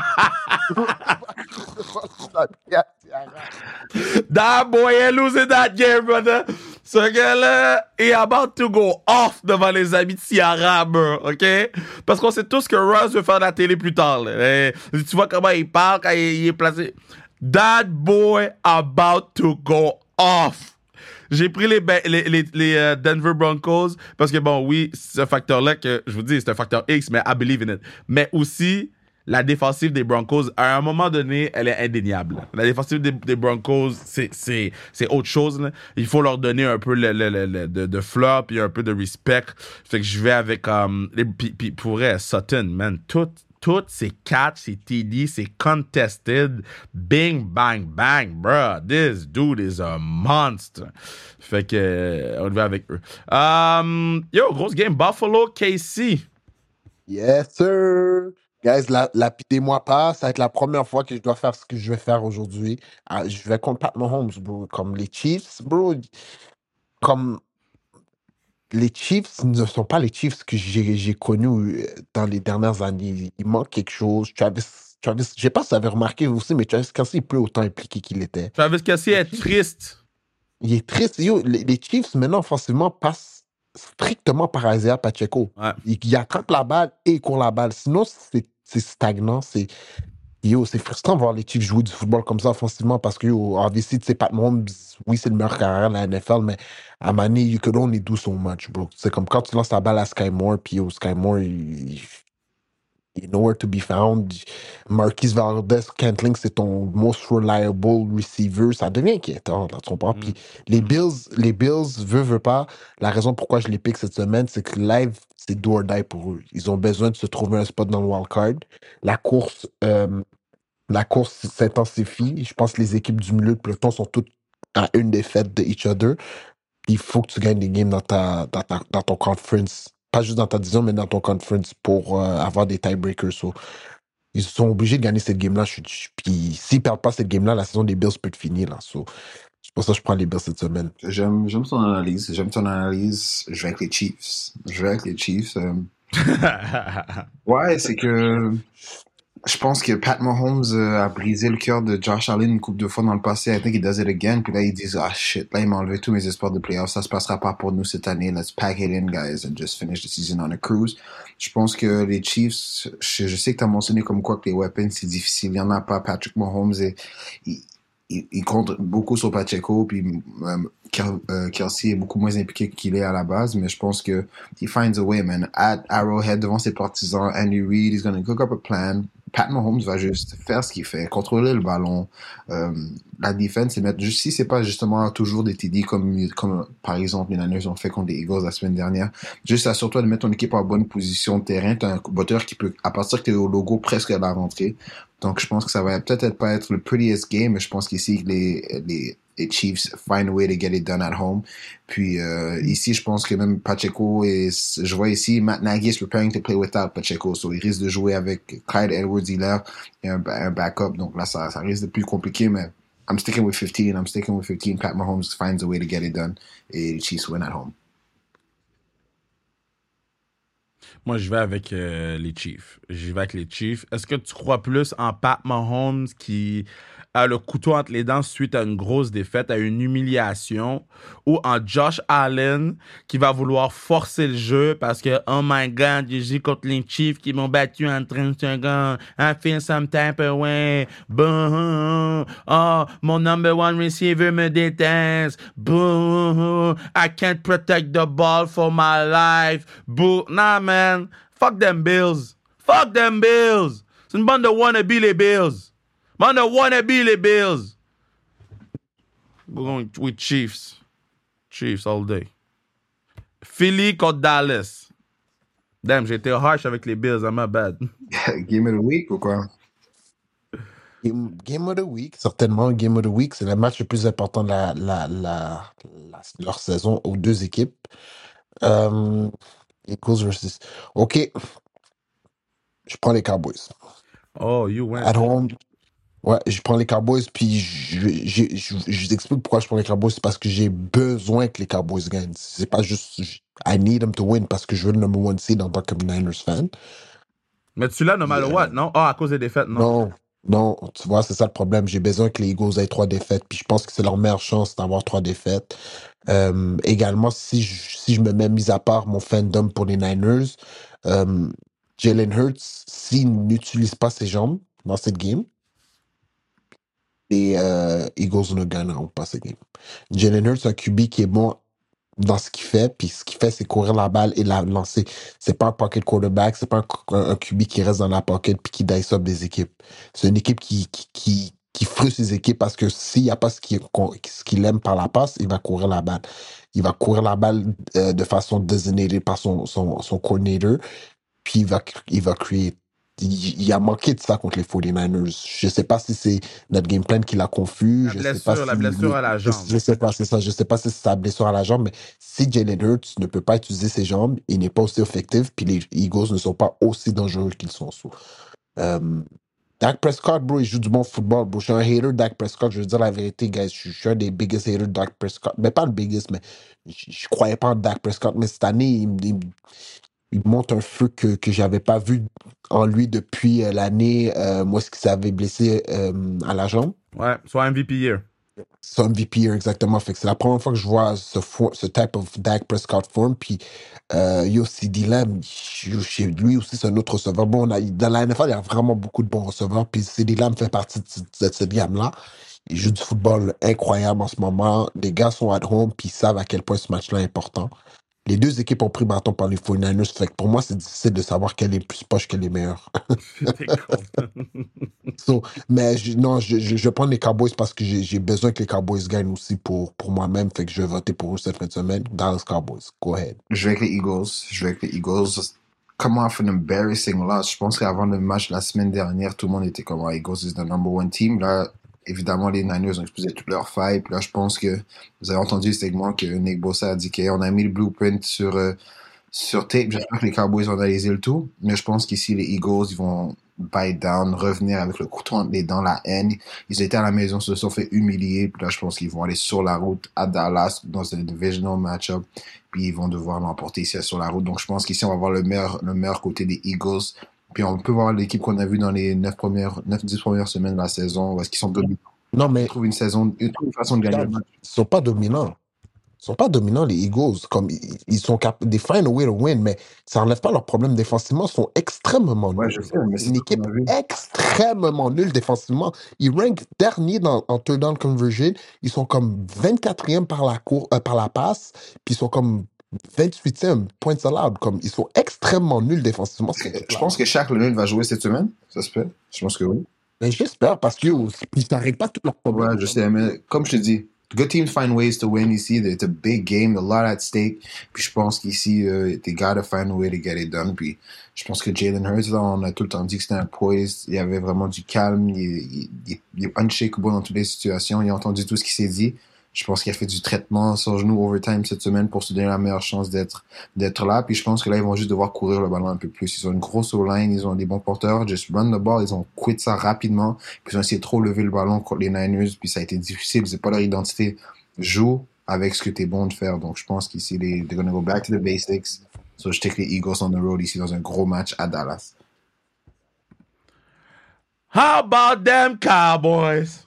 That boy is losing that game, brother. Ce gars-là est about to go off devant les amis de Ciara, bro, OK? Parce qu'on sait tous que Russ veut faire de la télé plus tard. Là. Et, tu vois comment il parle quand il, il est placé. That boy about to go off. J'ai pris les, les, les, les uh, Denver Broncos parce que, bon, oui, c'est un facteur-là que, je vous dis, c'est un facteur X, mais I believe in it. Mais aussi, la défensive des Broncos, à un moment donné, elle est indéniable. La défensive des, des Broncos, c'est, c'est, c'est autre chose. Là. Il faut leur donner un peu le, le, le, le, de, de flop et un peu de respect. Fait que je vais avec... Um, les, pis, pis pour vrai, Sutton, man, tout... Toutes ces catchs, ces T D, ces contested, bing, bang, bang, bro. This dude is a monster. Fait que, euh, on va avec eux. Um, yo, grosse game. Buffalo, K C. Yes, sir. Guys, la, lapidez-moi pas. Ça va être la première fois que je dois faire ce que je vais faire aujourd'hui. Ah, je vais contre Pat Mahomes, bro. Comme les Chiefs, bro. Comme... Les Chiefs ne sont pas les Chiefs que j'ai, j'ai connus dans les dernières années. Il manque quelque chose. Travis, Travis, je sais pas si vous avez remarqué aussi, mais Travis Kelce est plus autant impliqué qu'il était. Travis Kelce est triste. Il est triste. Yo, les, les Chiefs, maintenant, offensivement, passent strictement par Isaiah Pacheco. Ouais. Il, il attrape la balle et il court la balle. Sinon, c'est, c'est stagnant. C'est... Yo, c'est frustrant de voir les Chiefs jouer du football comme ça offensivement parce que, yo, obviously, tu sais, Pat Mahomes, oui, c'est le meilleur carrière de la N F L, mais à Mané, you could only do so much, bro. C'est comme quand tu lances la balle à Sky Moore, puis yo, Sky Moore, il, il est nowhere to be found. Marquise Valdes-Scantling, c'est ton most reliable receiver. Ça devient inquiétant, là, tu comprends? Mm. Puis les Bills, les Bills, veut, veut pas, la raison pourquoi je les pique cette semaine, c'est que live, c'est do or die pour eux. Ils ont besoin de se trouver un spot dans le wildcard. La course, euh, la course s'intensifie. Je pense que les équipes du milieu de peloton sont toutes à une défaite de each other. Il faut que tu gagnes des games dans, ta, dans, ta, dans ton conference. Pas juste dans ta division, mais dans ton conference pour euh, avoir des tiebreakers. So, ils sont obligés de gagner cette game-là. Je, je, puis s'ils ne perdent pas cette game-là, la saison des Bills peut finir. Là. So, c'est pour ça que je prends les Bills cette semaine. J'aime, j'aime ton analyse. J'aime ton analyse. Je vais avec les Chiefs. Je vais avec les Chiefs. Euh... ouais, c'est que je pense que Pat Mahomes euh, a brisé le cœur de Josh Allen une couple de fois dans le passé. I think he does it again. Puis là, ils disent, ah shit, là, il m'a enlevé tous mes espoirs de playoffs. Ça se passera pas pour nous cette année. Let's pack it in, guys, and just finish the season on a cruise. Je pense que les Chiefs, je, je sais que tu as mentionné comme quoi que les weapons, c'est difficile. Il n'y en a pas. Patrick Mahomes, et, il, il, il compte beaucoup sur Pacheco. Puis euh, Kelce est beaucoup moins impliqué qu'il est à la base. Mais je pense que he finds a way, man. At Arrowhead, devant ses partisans, Andy Reid, he's going to cook up a plan. Pat Mahomes va juste faire ce qu'il fait, contrôler le ballon. Euh, la défense, c'est mettre juste, si c'est pas justement toujours des T D comme, comme par exemple les Niners ont fait contre les Eagles la semaine dernière, juste assure-toi de mettre ton équipe en bonne position de terrain. T'as un botteur qui peut, à partir que t'es au logo presque à la rentrée, Donc, je pense que ça va peut-être pas être le prettiest game, mais je pense qu'ici, les, les, les Chiefs find a way to get it done at home. Puis euh, ici, je pense que même Pacheco, et je vois ici, Matt Nagy is preparing to play without Pacheco. So, il risque de jouer avec Clyde Edwards-Helaire et un, un backup. Donc là, ça, ça risque de plus compliqué, mais I'm sticking with fifteen. I'm sticking with fifteen. Pat Mahomes finds a way to get it done. Et les Chiefs win at home. Moi, je vais avec euh, les Chiefs. J'y vais avec les Chiefs. Est-ce que tu crois plus en Pat Mahomes qui a le couteau entre les dents suite à une grosse défaite, à une humiliation, ou en Josh Allen qui va vouloir forcer le jeu parce que, oh my God, j'ai joué contre les Chiefs qui m'ont battu en trente secondes. I feel some type of way. Boo. Oh, mon number one receiver me déteste. Boo. I can't protect the ball for my life. Boo. Nah, man. Fuck them Bills. Fuck them Bills. C'est une bande de wannabe les Bills. Bande de wannabe les Bills. We're going with Chiefs. Chiefs all day. Philly contre Dallas. Damn, j'ai été harsh avec les Bills, I'm my bad. Game of the week ou quoi? Game, game of the week, certainement. Game of the week, c'est le match le plus important de la, la, la, la- leur saison aux deux équipes. Euh, Eagles versus. Ok, je prends les Cowboys. Oh, you went. At home, ouais, je prends les Cowboys, puis je, je, je, je vous explique pourquoi je prends les Cowboys. C'est parce que j'ai besoin que les Cowboys gagnent. C'est pas juste. I need them to win parce que je veux le number one seed en tant que Niners fan. Mais tu l'as no matter Yeah. what, non? Ah, à cause des défaites, non? Non, non, tu vois, c'est ça le problème. J'ai besoin que les Eagles aient trois défaites, puis je pense que c'est leur meilleure chance d'avoir trois défaites. Euh, également, si je, si je me mets mis à part mon fandom pour les Niners, euh, Jalen Hurts, s'il n'utilise pas ses jambes dans cette game, les euh, Eagles ne gagneront pas cette game. Jalen Hurts, un Q B qui est bon dans ce qu'il fait, puis ce qu'il fait, c'est courir la balle et la lancer. C'est pas un pocket quarterback, c'est pas un, un, un Q B qui reste dans la pocket puis qui dice up des équipes. C'est une équipe qui, qui, qui, qui frustre ses équipes parce que s'il n'y a pas ce qu'il ce qu'il aime par la passe, il va courir la balle. Il va courir la balle euh, de façon désignée par son, son, son coordinator, puis il va, il va créer. Il, il a manqué de ça contre les forty-niners. Je sais pas si c'est notre game plan qui l'a confus. La Je sais pas blessure, si la blessure à la je, jambe. je sais pas, c'est ça. Je sais pas si c'est sa blessure à la jambe, mais si Jalen Hurts ne peut pas utiliser ses jambes, il n'est pas aussi effectif, puis les Eagles ne sont pas aussi dangereux qu'ils sont sous. Euh, Dak Prescott, bro, il joue du bon football, bro. Je suis un hater de Dak Prescott. Je veux dire la vérité, guys. Je suis, je suis un des biggest haters de Dak Prescott. Mais pas le biggest, mais je, je croyais pas en Dak Prescott. Mais cette année, il, il, il monte un feu que, que j'avais pas vu en lui depuis euh, l'année, euh, moi, ce qui s'avait blessé euh, à la jambe. Ouais, soit M V P year. C'est un M V P year, exactement. Fait que c'est la première fois que je vois ce, for- ce type of Dak Prescott form. Puis, euh, yo, CeeDee Lamb, yo, chez lui aussi, c'est un autre receveur. Bon, on a, dans la N F L, il y a vraiment beaucoup de bons receveurs. Puis, CeeDee Lamb fait partie de, ce- de cette gamme-là. Il joue du football incroyable en ce moment. Les gars sont at home, puis ils savent à quel point ce match-là est important. Les deux équipes ont pris bâton par les forty-niners. Fait que pour moi, c'est difficile de savoir quel est plus poche que les meilleurs. T'es con. So, mais je, non, je, je, je prends les Cowboys parce que j'ai j'ai besoin que les Cowboys gagnent aussi pour, pour moi-même. Fait que je vais voter pour eux cette fin de semaine. Dallas Cowboys. Go ahead. Je vais avec les Eagles. Je vais avec les Eagles. Comment off an embarrassing loss. Je pense qu'avant le match la semaine dernière, tout le monde était comme, ah, Eagles is the number one team. Là, évidemment, les Niners ont exposé toutes leurs failles. Puis là, je pense que vous avez entendu le segment que Nick Bosa a dit qu'on a mis le blueprint sur, euh, sur tape. J'espère que les Cowboys vont analyser le tout. Mais je pense qu'ici, les Eagles, ils vont bite down, revenir avec le couteau entre les dents, la haine. Ils étaient à la maison, se sont fait humilier. Puis là, je pense qu'ils vont aller sur la route à Dallas dans un divisional match-up. Puis ils vont devoir l'emporter ici sur la route. Donc je pense qu'ici, on va voir le meilleur, le meilleur côté des Eagles. Puis on peut voir l'équipe qu'on a vue dans les neuf premières, neuf dix premières semaines de la saison. Est-ce qu'ils sont dominants? Non, mais Ils trouvent une saison, ils trouvent une façon de gagner le match. ils sont pas dominants. Ils sont pas dominants, les Eagles. Comme, ils, ils sont capables de find a way to win, mais ça n'enlève pas leurs problèmes défensivement. Ils sont extrêmement Ouais, nuls. je sais, mais C'est c'est une ce qu'on équipe a vu. extrêmement nulle défensivement. Ils rankent dernier dans, en third down conversion. Ils sont comme vingt-quatrième par la, cour, euh, par la passe, puis ils sont comme vingt-huitième points allowed. Comme, ils sont extrêmement nuls défensivement. cette Je équipe-là. pense que Shaq Leonard va jouer cette semaine. Ça se peut. Je pense que oui. Mais j'espère parce que yo, ils n'arrêtent pas tous leurs problèmes. Ouais, je sais, mais comme je te dis, good teams find ways to win ici. It's a big game, a lot at stake. Puis je pense qu'ici, uh, they gotta find a way to get it done. Puis je pense que Jalen Hurts, là, on a tout le temps dit que c'était un poise. Il y avait vraiment du calme. Il, il, il, il est unshakable dans toutes les situations. Il a entendu tout ce qui s'est dit. Je pense qu'il a fait du traitement sur genou overtime cette semaine pour se donner la meilleure chance d'être d'être là. Puis je pense que là, ils vont juste devoir courir le ballon un peu plus. Ils ont une grosse O-line, ils ont des bons porteurs. Just run the ball, ils ont quitté ça rapidement. Puis ils ont essayé de trop lever le ballon contre les Niners. Puis ça a été difficile, c'est pas leur identité. Joue avec ce que t'es bon de faire. Donc je pense qu'ici, les, they're gonna go back to the basics. So je take les Eagles on the road ici dans un gros match à Dallas. How about them Cowboys?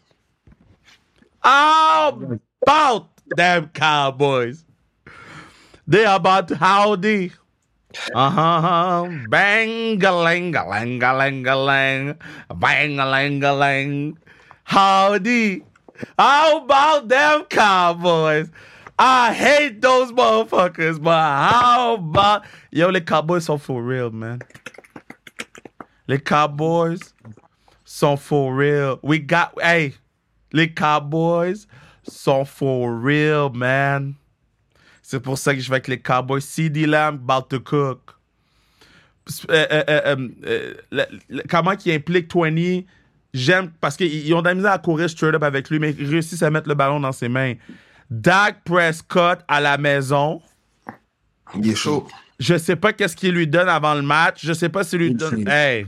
How about them Cowboys? They about to howdy. Uh-huh. Bang-a-lang-a-lang-a-lang-a-lang. Bang-a-lang-a-lang. Howdy. How about them Cowboys? I hate those motherfuckers, but how about... Yo, les Cowboys sont for real, man. Les Cowboys sont for real. We got... Hey, les Cowboys sont for real, man. C'est pour ça que je vais avec les Cowboys. CeeDee Lamb, about to cook. Euh, euh, euh, euh, le, le, comment il implique vingt, j'aime, parce qu'ils ont de la misère à courir straight up avec lui, mais ils réussissent à mettre le ballon dans ses mains. Dak Prescott à la maison. Il est chaud. Je sais pas qu'est-ce qu'il lui donne avant le match. Je sais pas s'il lui Il donne... fait. Hey!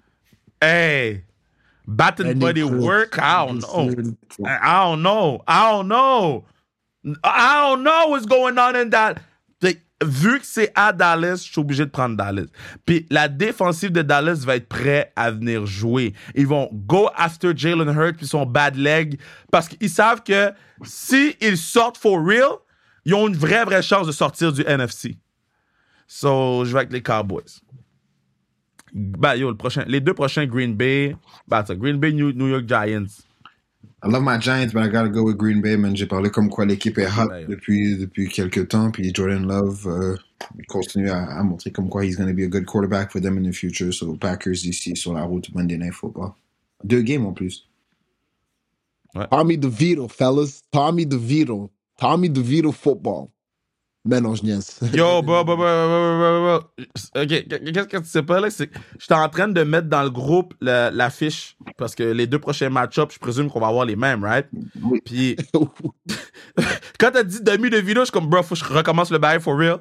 Hey! Bat and body work? I don't know. I don't know. I don't know. I don't know what's going on in that. Vu que c'est à Dallas, je suis obligé de prendre Dallas. Puis la défensive de Dallas va être prête à venir jouer. Ils vont go after Jalen Hurts puis son bad leg parce qu'ils savent que si ils sortent for real, ils ont une vraie, vraie chance de sortir du N F C. So, je vais avec les Cowboys. Bah, yo, le prochain, les deux prochains Green Bay, bah, ça, Green Bay, New, New York Giants. I love my Giants, but I gotta go with Green Bay, man. J'ai parlé comme quoi l'équipe est hot Ouais. depuis, depuis quelques temps, puis Jordan Love euh, il continue à, à montrer comme quoi he's gonna be a good quarterback for them in the future. So, Packers ici sur la route Monday Night Football. Deux games en plus. Tommy DeVito, fellas. Tommy DeVito. Tommy DeVito football. Mais non, je niaise. Yo, bro, bro, bro, bro, bro, bro. OK, qu'est-ce que tu sais pas, là? C'est que j'étais en train de mettre dans le groupe la, la fiche, parce que les deux prochains match-ups, je présume qu'on va avoir les mêmes, right? Oui. Puis, quand t'as dit demi de vidéo, je suis comme, bro, faut que je recommence le bail for real.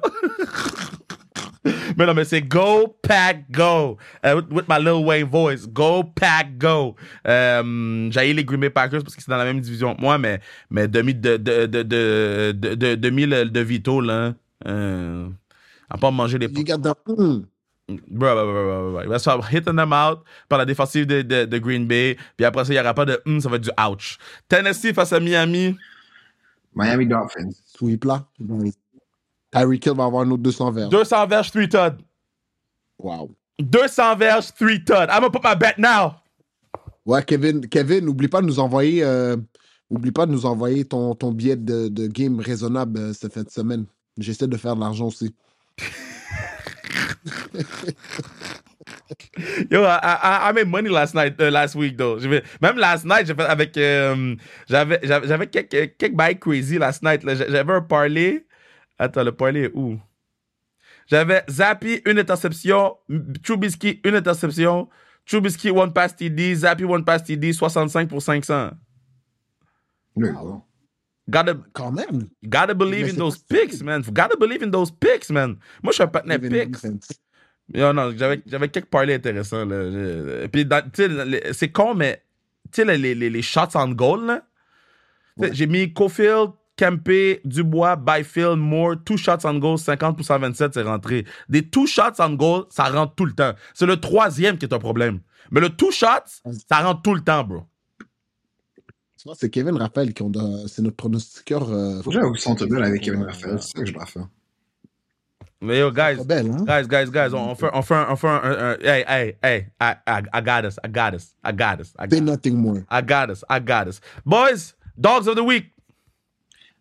Mais non, mais c'est Go Pack Go. Uh, with, with my Lil Wayne voice. Go Pack Go. Euh, j'ai les Green Bay Packers parce que c'est dans la même division que moi, mais, mais demi de, de, de, de, de, de, demi de, de Vito, là. Euh, à pas manger les... You got the... Mm. Bro, bro, bro, bro, bro. Il va se faire hitting them out par la défensive de, de, de Green Bay. Puis après ça, il n'y aura pas de mm, ça va être du ouch. Tennessee face à Miami. Miami Dolphins. Sweep là. Tyreek Hill va avoir un autre deux cents verges. deux cents verges, three tud. Wow. deux cents verges, three tud. I'm gonna put my bet now. Ouais, Kevin, Kevin, n'oublie pas de nous envoyer, euh, oublie pas de nous envoyer ton, ton billet de, de game raisonnable euh, cette fin de semaine. J'essaie de faire de l'argent aussi. Yo, I, I, I made money last night, uh, last week though. J'avais, même last night, j'ai fait avec, euh, j'avais, j'avais, j'avais quelques, quelques bails crazy last night. Là. J'avais un parlay. Attends, le parlay est où? J'avais Zappy, une interception. Trubisky, une interception. Trubisky, one pass T D. Zappy, one pass T D. soixante-cinq pour cinq cents. Wow. Gotta, Quand même. gotta believe Mais in c'est those pas- picks, man. Gotta believe in those picks, man. Moi, je suis un partenaire Kevin picks. defense. Non, non, j'avais, j'avais quelques parlays intéressants. Là. Je- Puis, dans- tu sais, les- c'est con, mais tu sais, les, les, les shots on goal, là. Tu sais, Ouais. J'ai mis Cofield, Kempe, Dubois, Byfield, Moore, two shots on goal, cinquante pour cent vingt-sept, c'est rentré. Des two shots on goal, ça rentre tout le temps. C'est le troisième qui est un problème. Mais le two shots, ça rentre tout le temps, bro. Tu vois, c'est Kevin Raphaël qui ont de- c'est notre pronostiqueur. Euh, Faut que j'aille au Centre Bell avec Kevin Raphaël. C'est ça que je dois faire. Mais yo, guys, Pas belle, hein? guys, guys, guys, on, on fait, on fait un, on fait un, un- un- hey, hey, hey, I, I, I got us, I got us, I got us, I Say got us, nothing more. I got us, I got us. Boys, dogs of the week.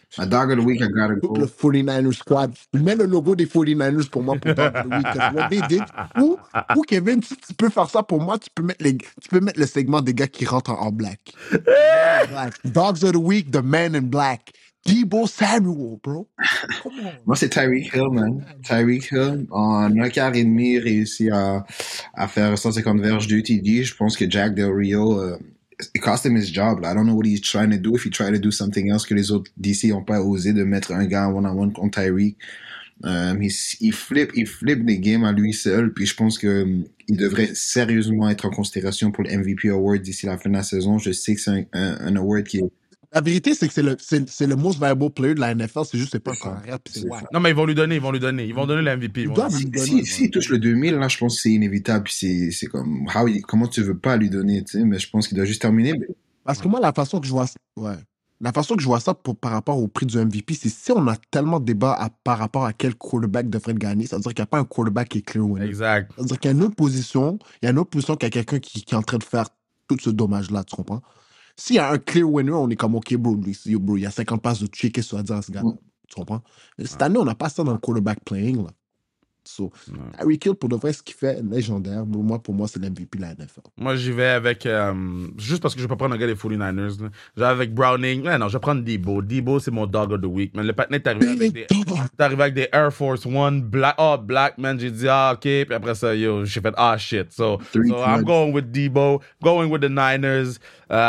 My dog of the week, I gotta Tout le go. forty-niners squad. Mets le logo des forty-niners pour moi pour Dog of the Week. Parce que what they did. Ou, ou Kevin, si tu peux faire ça pour moi, tu peux mettre, les, tu peux mettre le segment des gars qui rentrent en all black. Black. Dogs of the Week, the man in black. Debo Samuel, bro. Come on. Moi, c'est Tyreek Hill, man. Tyreek Hill, en un quart et demi, réussi à, à faire cent cinquante verges, deux T D. Je pense que Jack Del Rio, uh, it cost him his job. I don't know what he's trying to do. If he tried to do something else que les autres D C n'ont pas osé de mettre un gars one-on-one contre Tyreek. Um, il, il flippe, il flippe des games à lui seul. Puis je pense que um, il devrait sérieusement être en considération pour le M V P award d'ici la fin de la saison. Je sais que c'est un, un, un award qui est La vérité, c'est que c'est le, c'est, c'est le most valuable player de la N F L. C'est juste c'est pas un carrière, puis c'est C'est wack. ça. Non, mais ils vont lui donner, ils vont lui donner. Ils vont donner le M V P. Ils Ils vont doivent lui- lui donner. Si, si il touche le deux mille, là, je pense que c'est inévitable. Puis c'est, c'est comme, how, comment tu veux pas lui donner, tu sais, mais je pense qu'il doit juste terminer. Mais Parce que moi, la façon que je vois ça, ouais. La façon que je vois ça pour, par rapport au prix du M V P, c'est si on a tellement de débats à- par rapport à quel quarterback devrait le gagner, ça veut dire qu'il n'y a pas un quarterback qui est clear winner. Exact. Ça veut dire qu'il y a une autre position, il y a une autre position qu'il y a quelqu'un qui, qui est en train de faire tout ce dommage-là, tu comprends? S'il y a un clear winner, on est comme, OK, bro, lui, yo, bro il y a cinquante passes de checker sur à dire à ce gars-là. Mm. Tu comprends? Mais cette année, on n'a pas ça dans le quarterback playing, là. So, Tyreek Hill, pour de vrai, ce qu'il fait, légendaire. Pour moi, pour moi, c'est l'M V P de la N F L. Moi, j'y vais avec. euh, juste parce que je vais pas prendre un gars des forty-niners. Là. J'y vais avec Browning. Ouais, non, je vais prendre Debo. Debo, c'est mon dog of the week. Man, le patinet est arrivé avec des. T'es arrivé avec des Air Force One, black, oh, black, man. J'ai dit, ah, OK. Puis après ça, yo, j'ai fait, ah, shit. So, Three so I'm times. going with Debo, going with the Niners.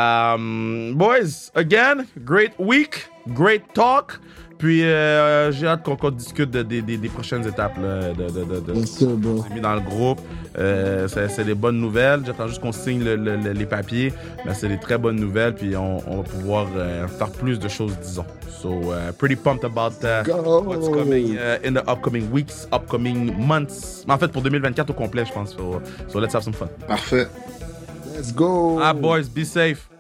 Um, boys, again, great week, great talk. Puis, euh, j'ai hâte qu'on, qu'on discute de- de- de- des prochaines étapes là, de, de, de, de, Bien sûr, bro. mis dans le groupe. Euh, c'est, c'est des bonnes nouvelles. J'attends juste qu'on signe le, le, le- les papiers. Mais c'est des très bonnes nouvelles. Puis on, on va pouvoir euh, faire plus de choses, disons. So, uh, pretty pumped about uh, Go! what's coming uh, in the upcoming weeks, upcoming months. En fait, pour deux mille vingt-quatre au complet, je pense. So, so let's have some fun. parfait. Let's go! Ah, boys, be safe.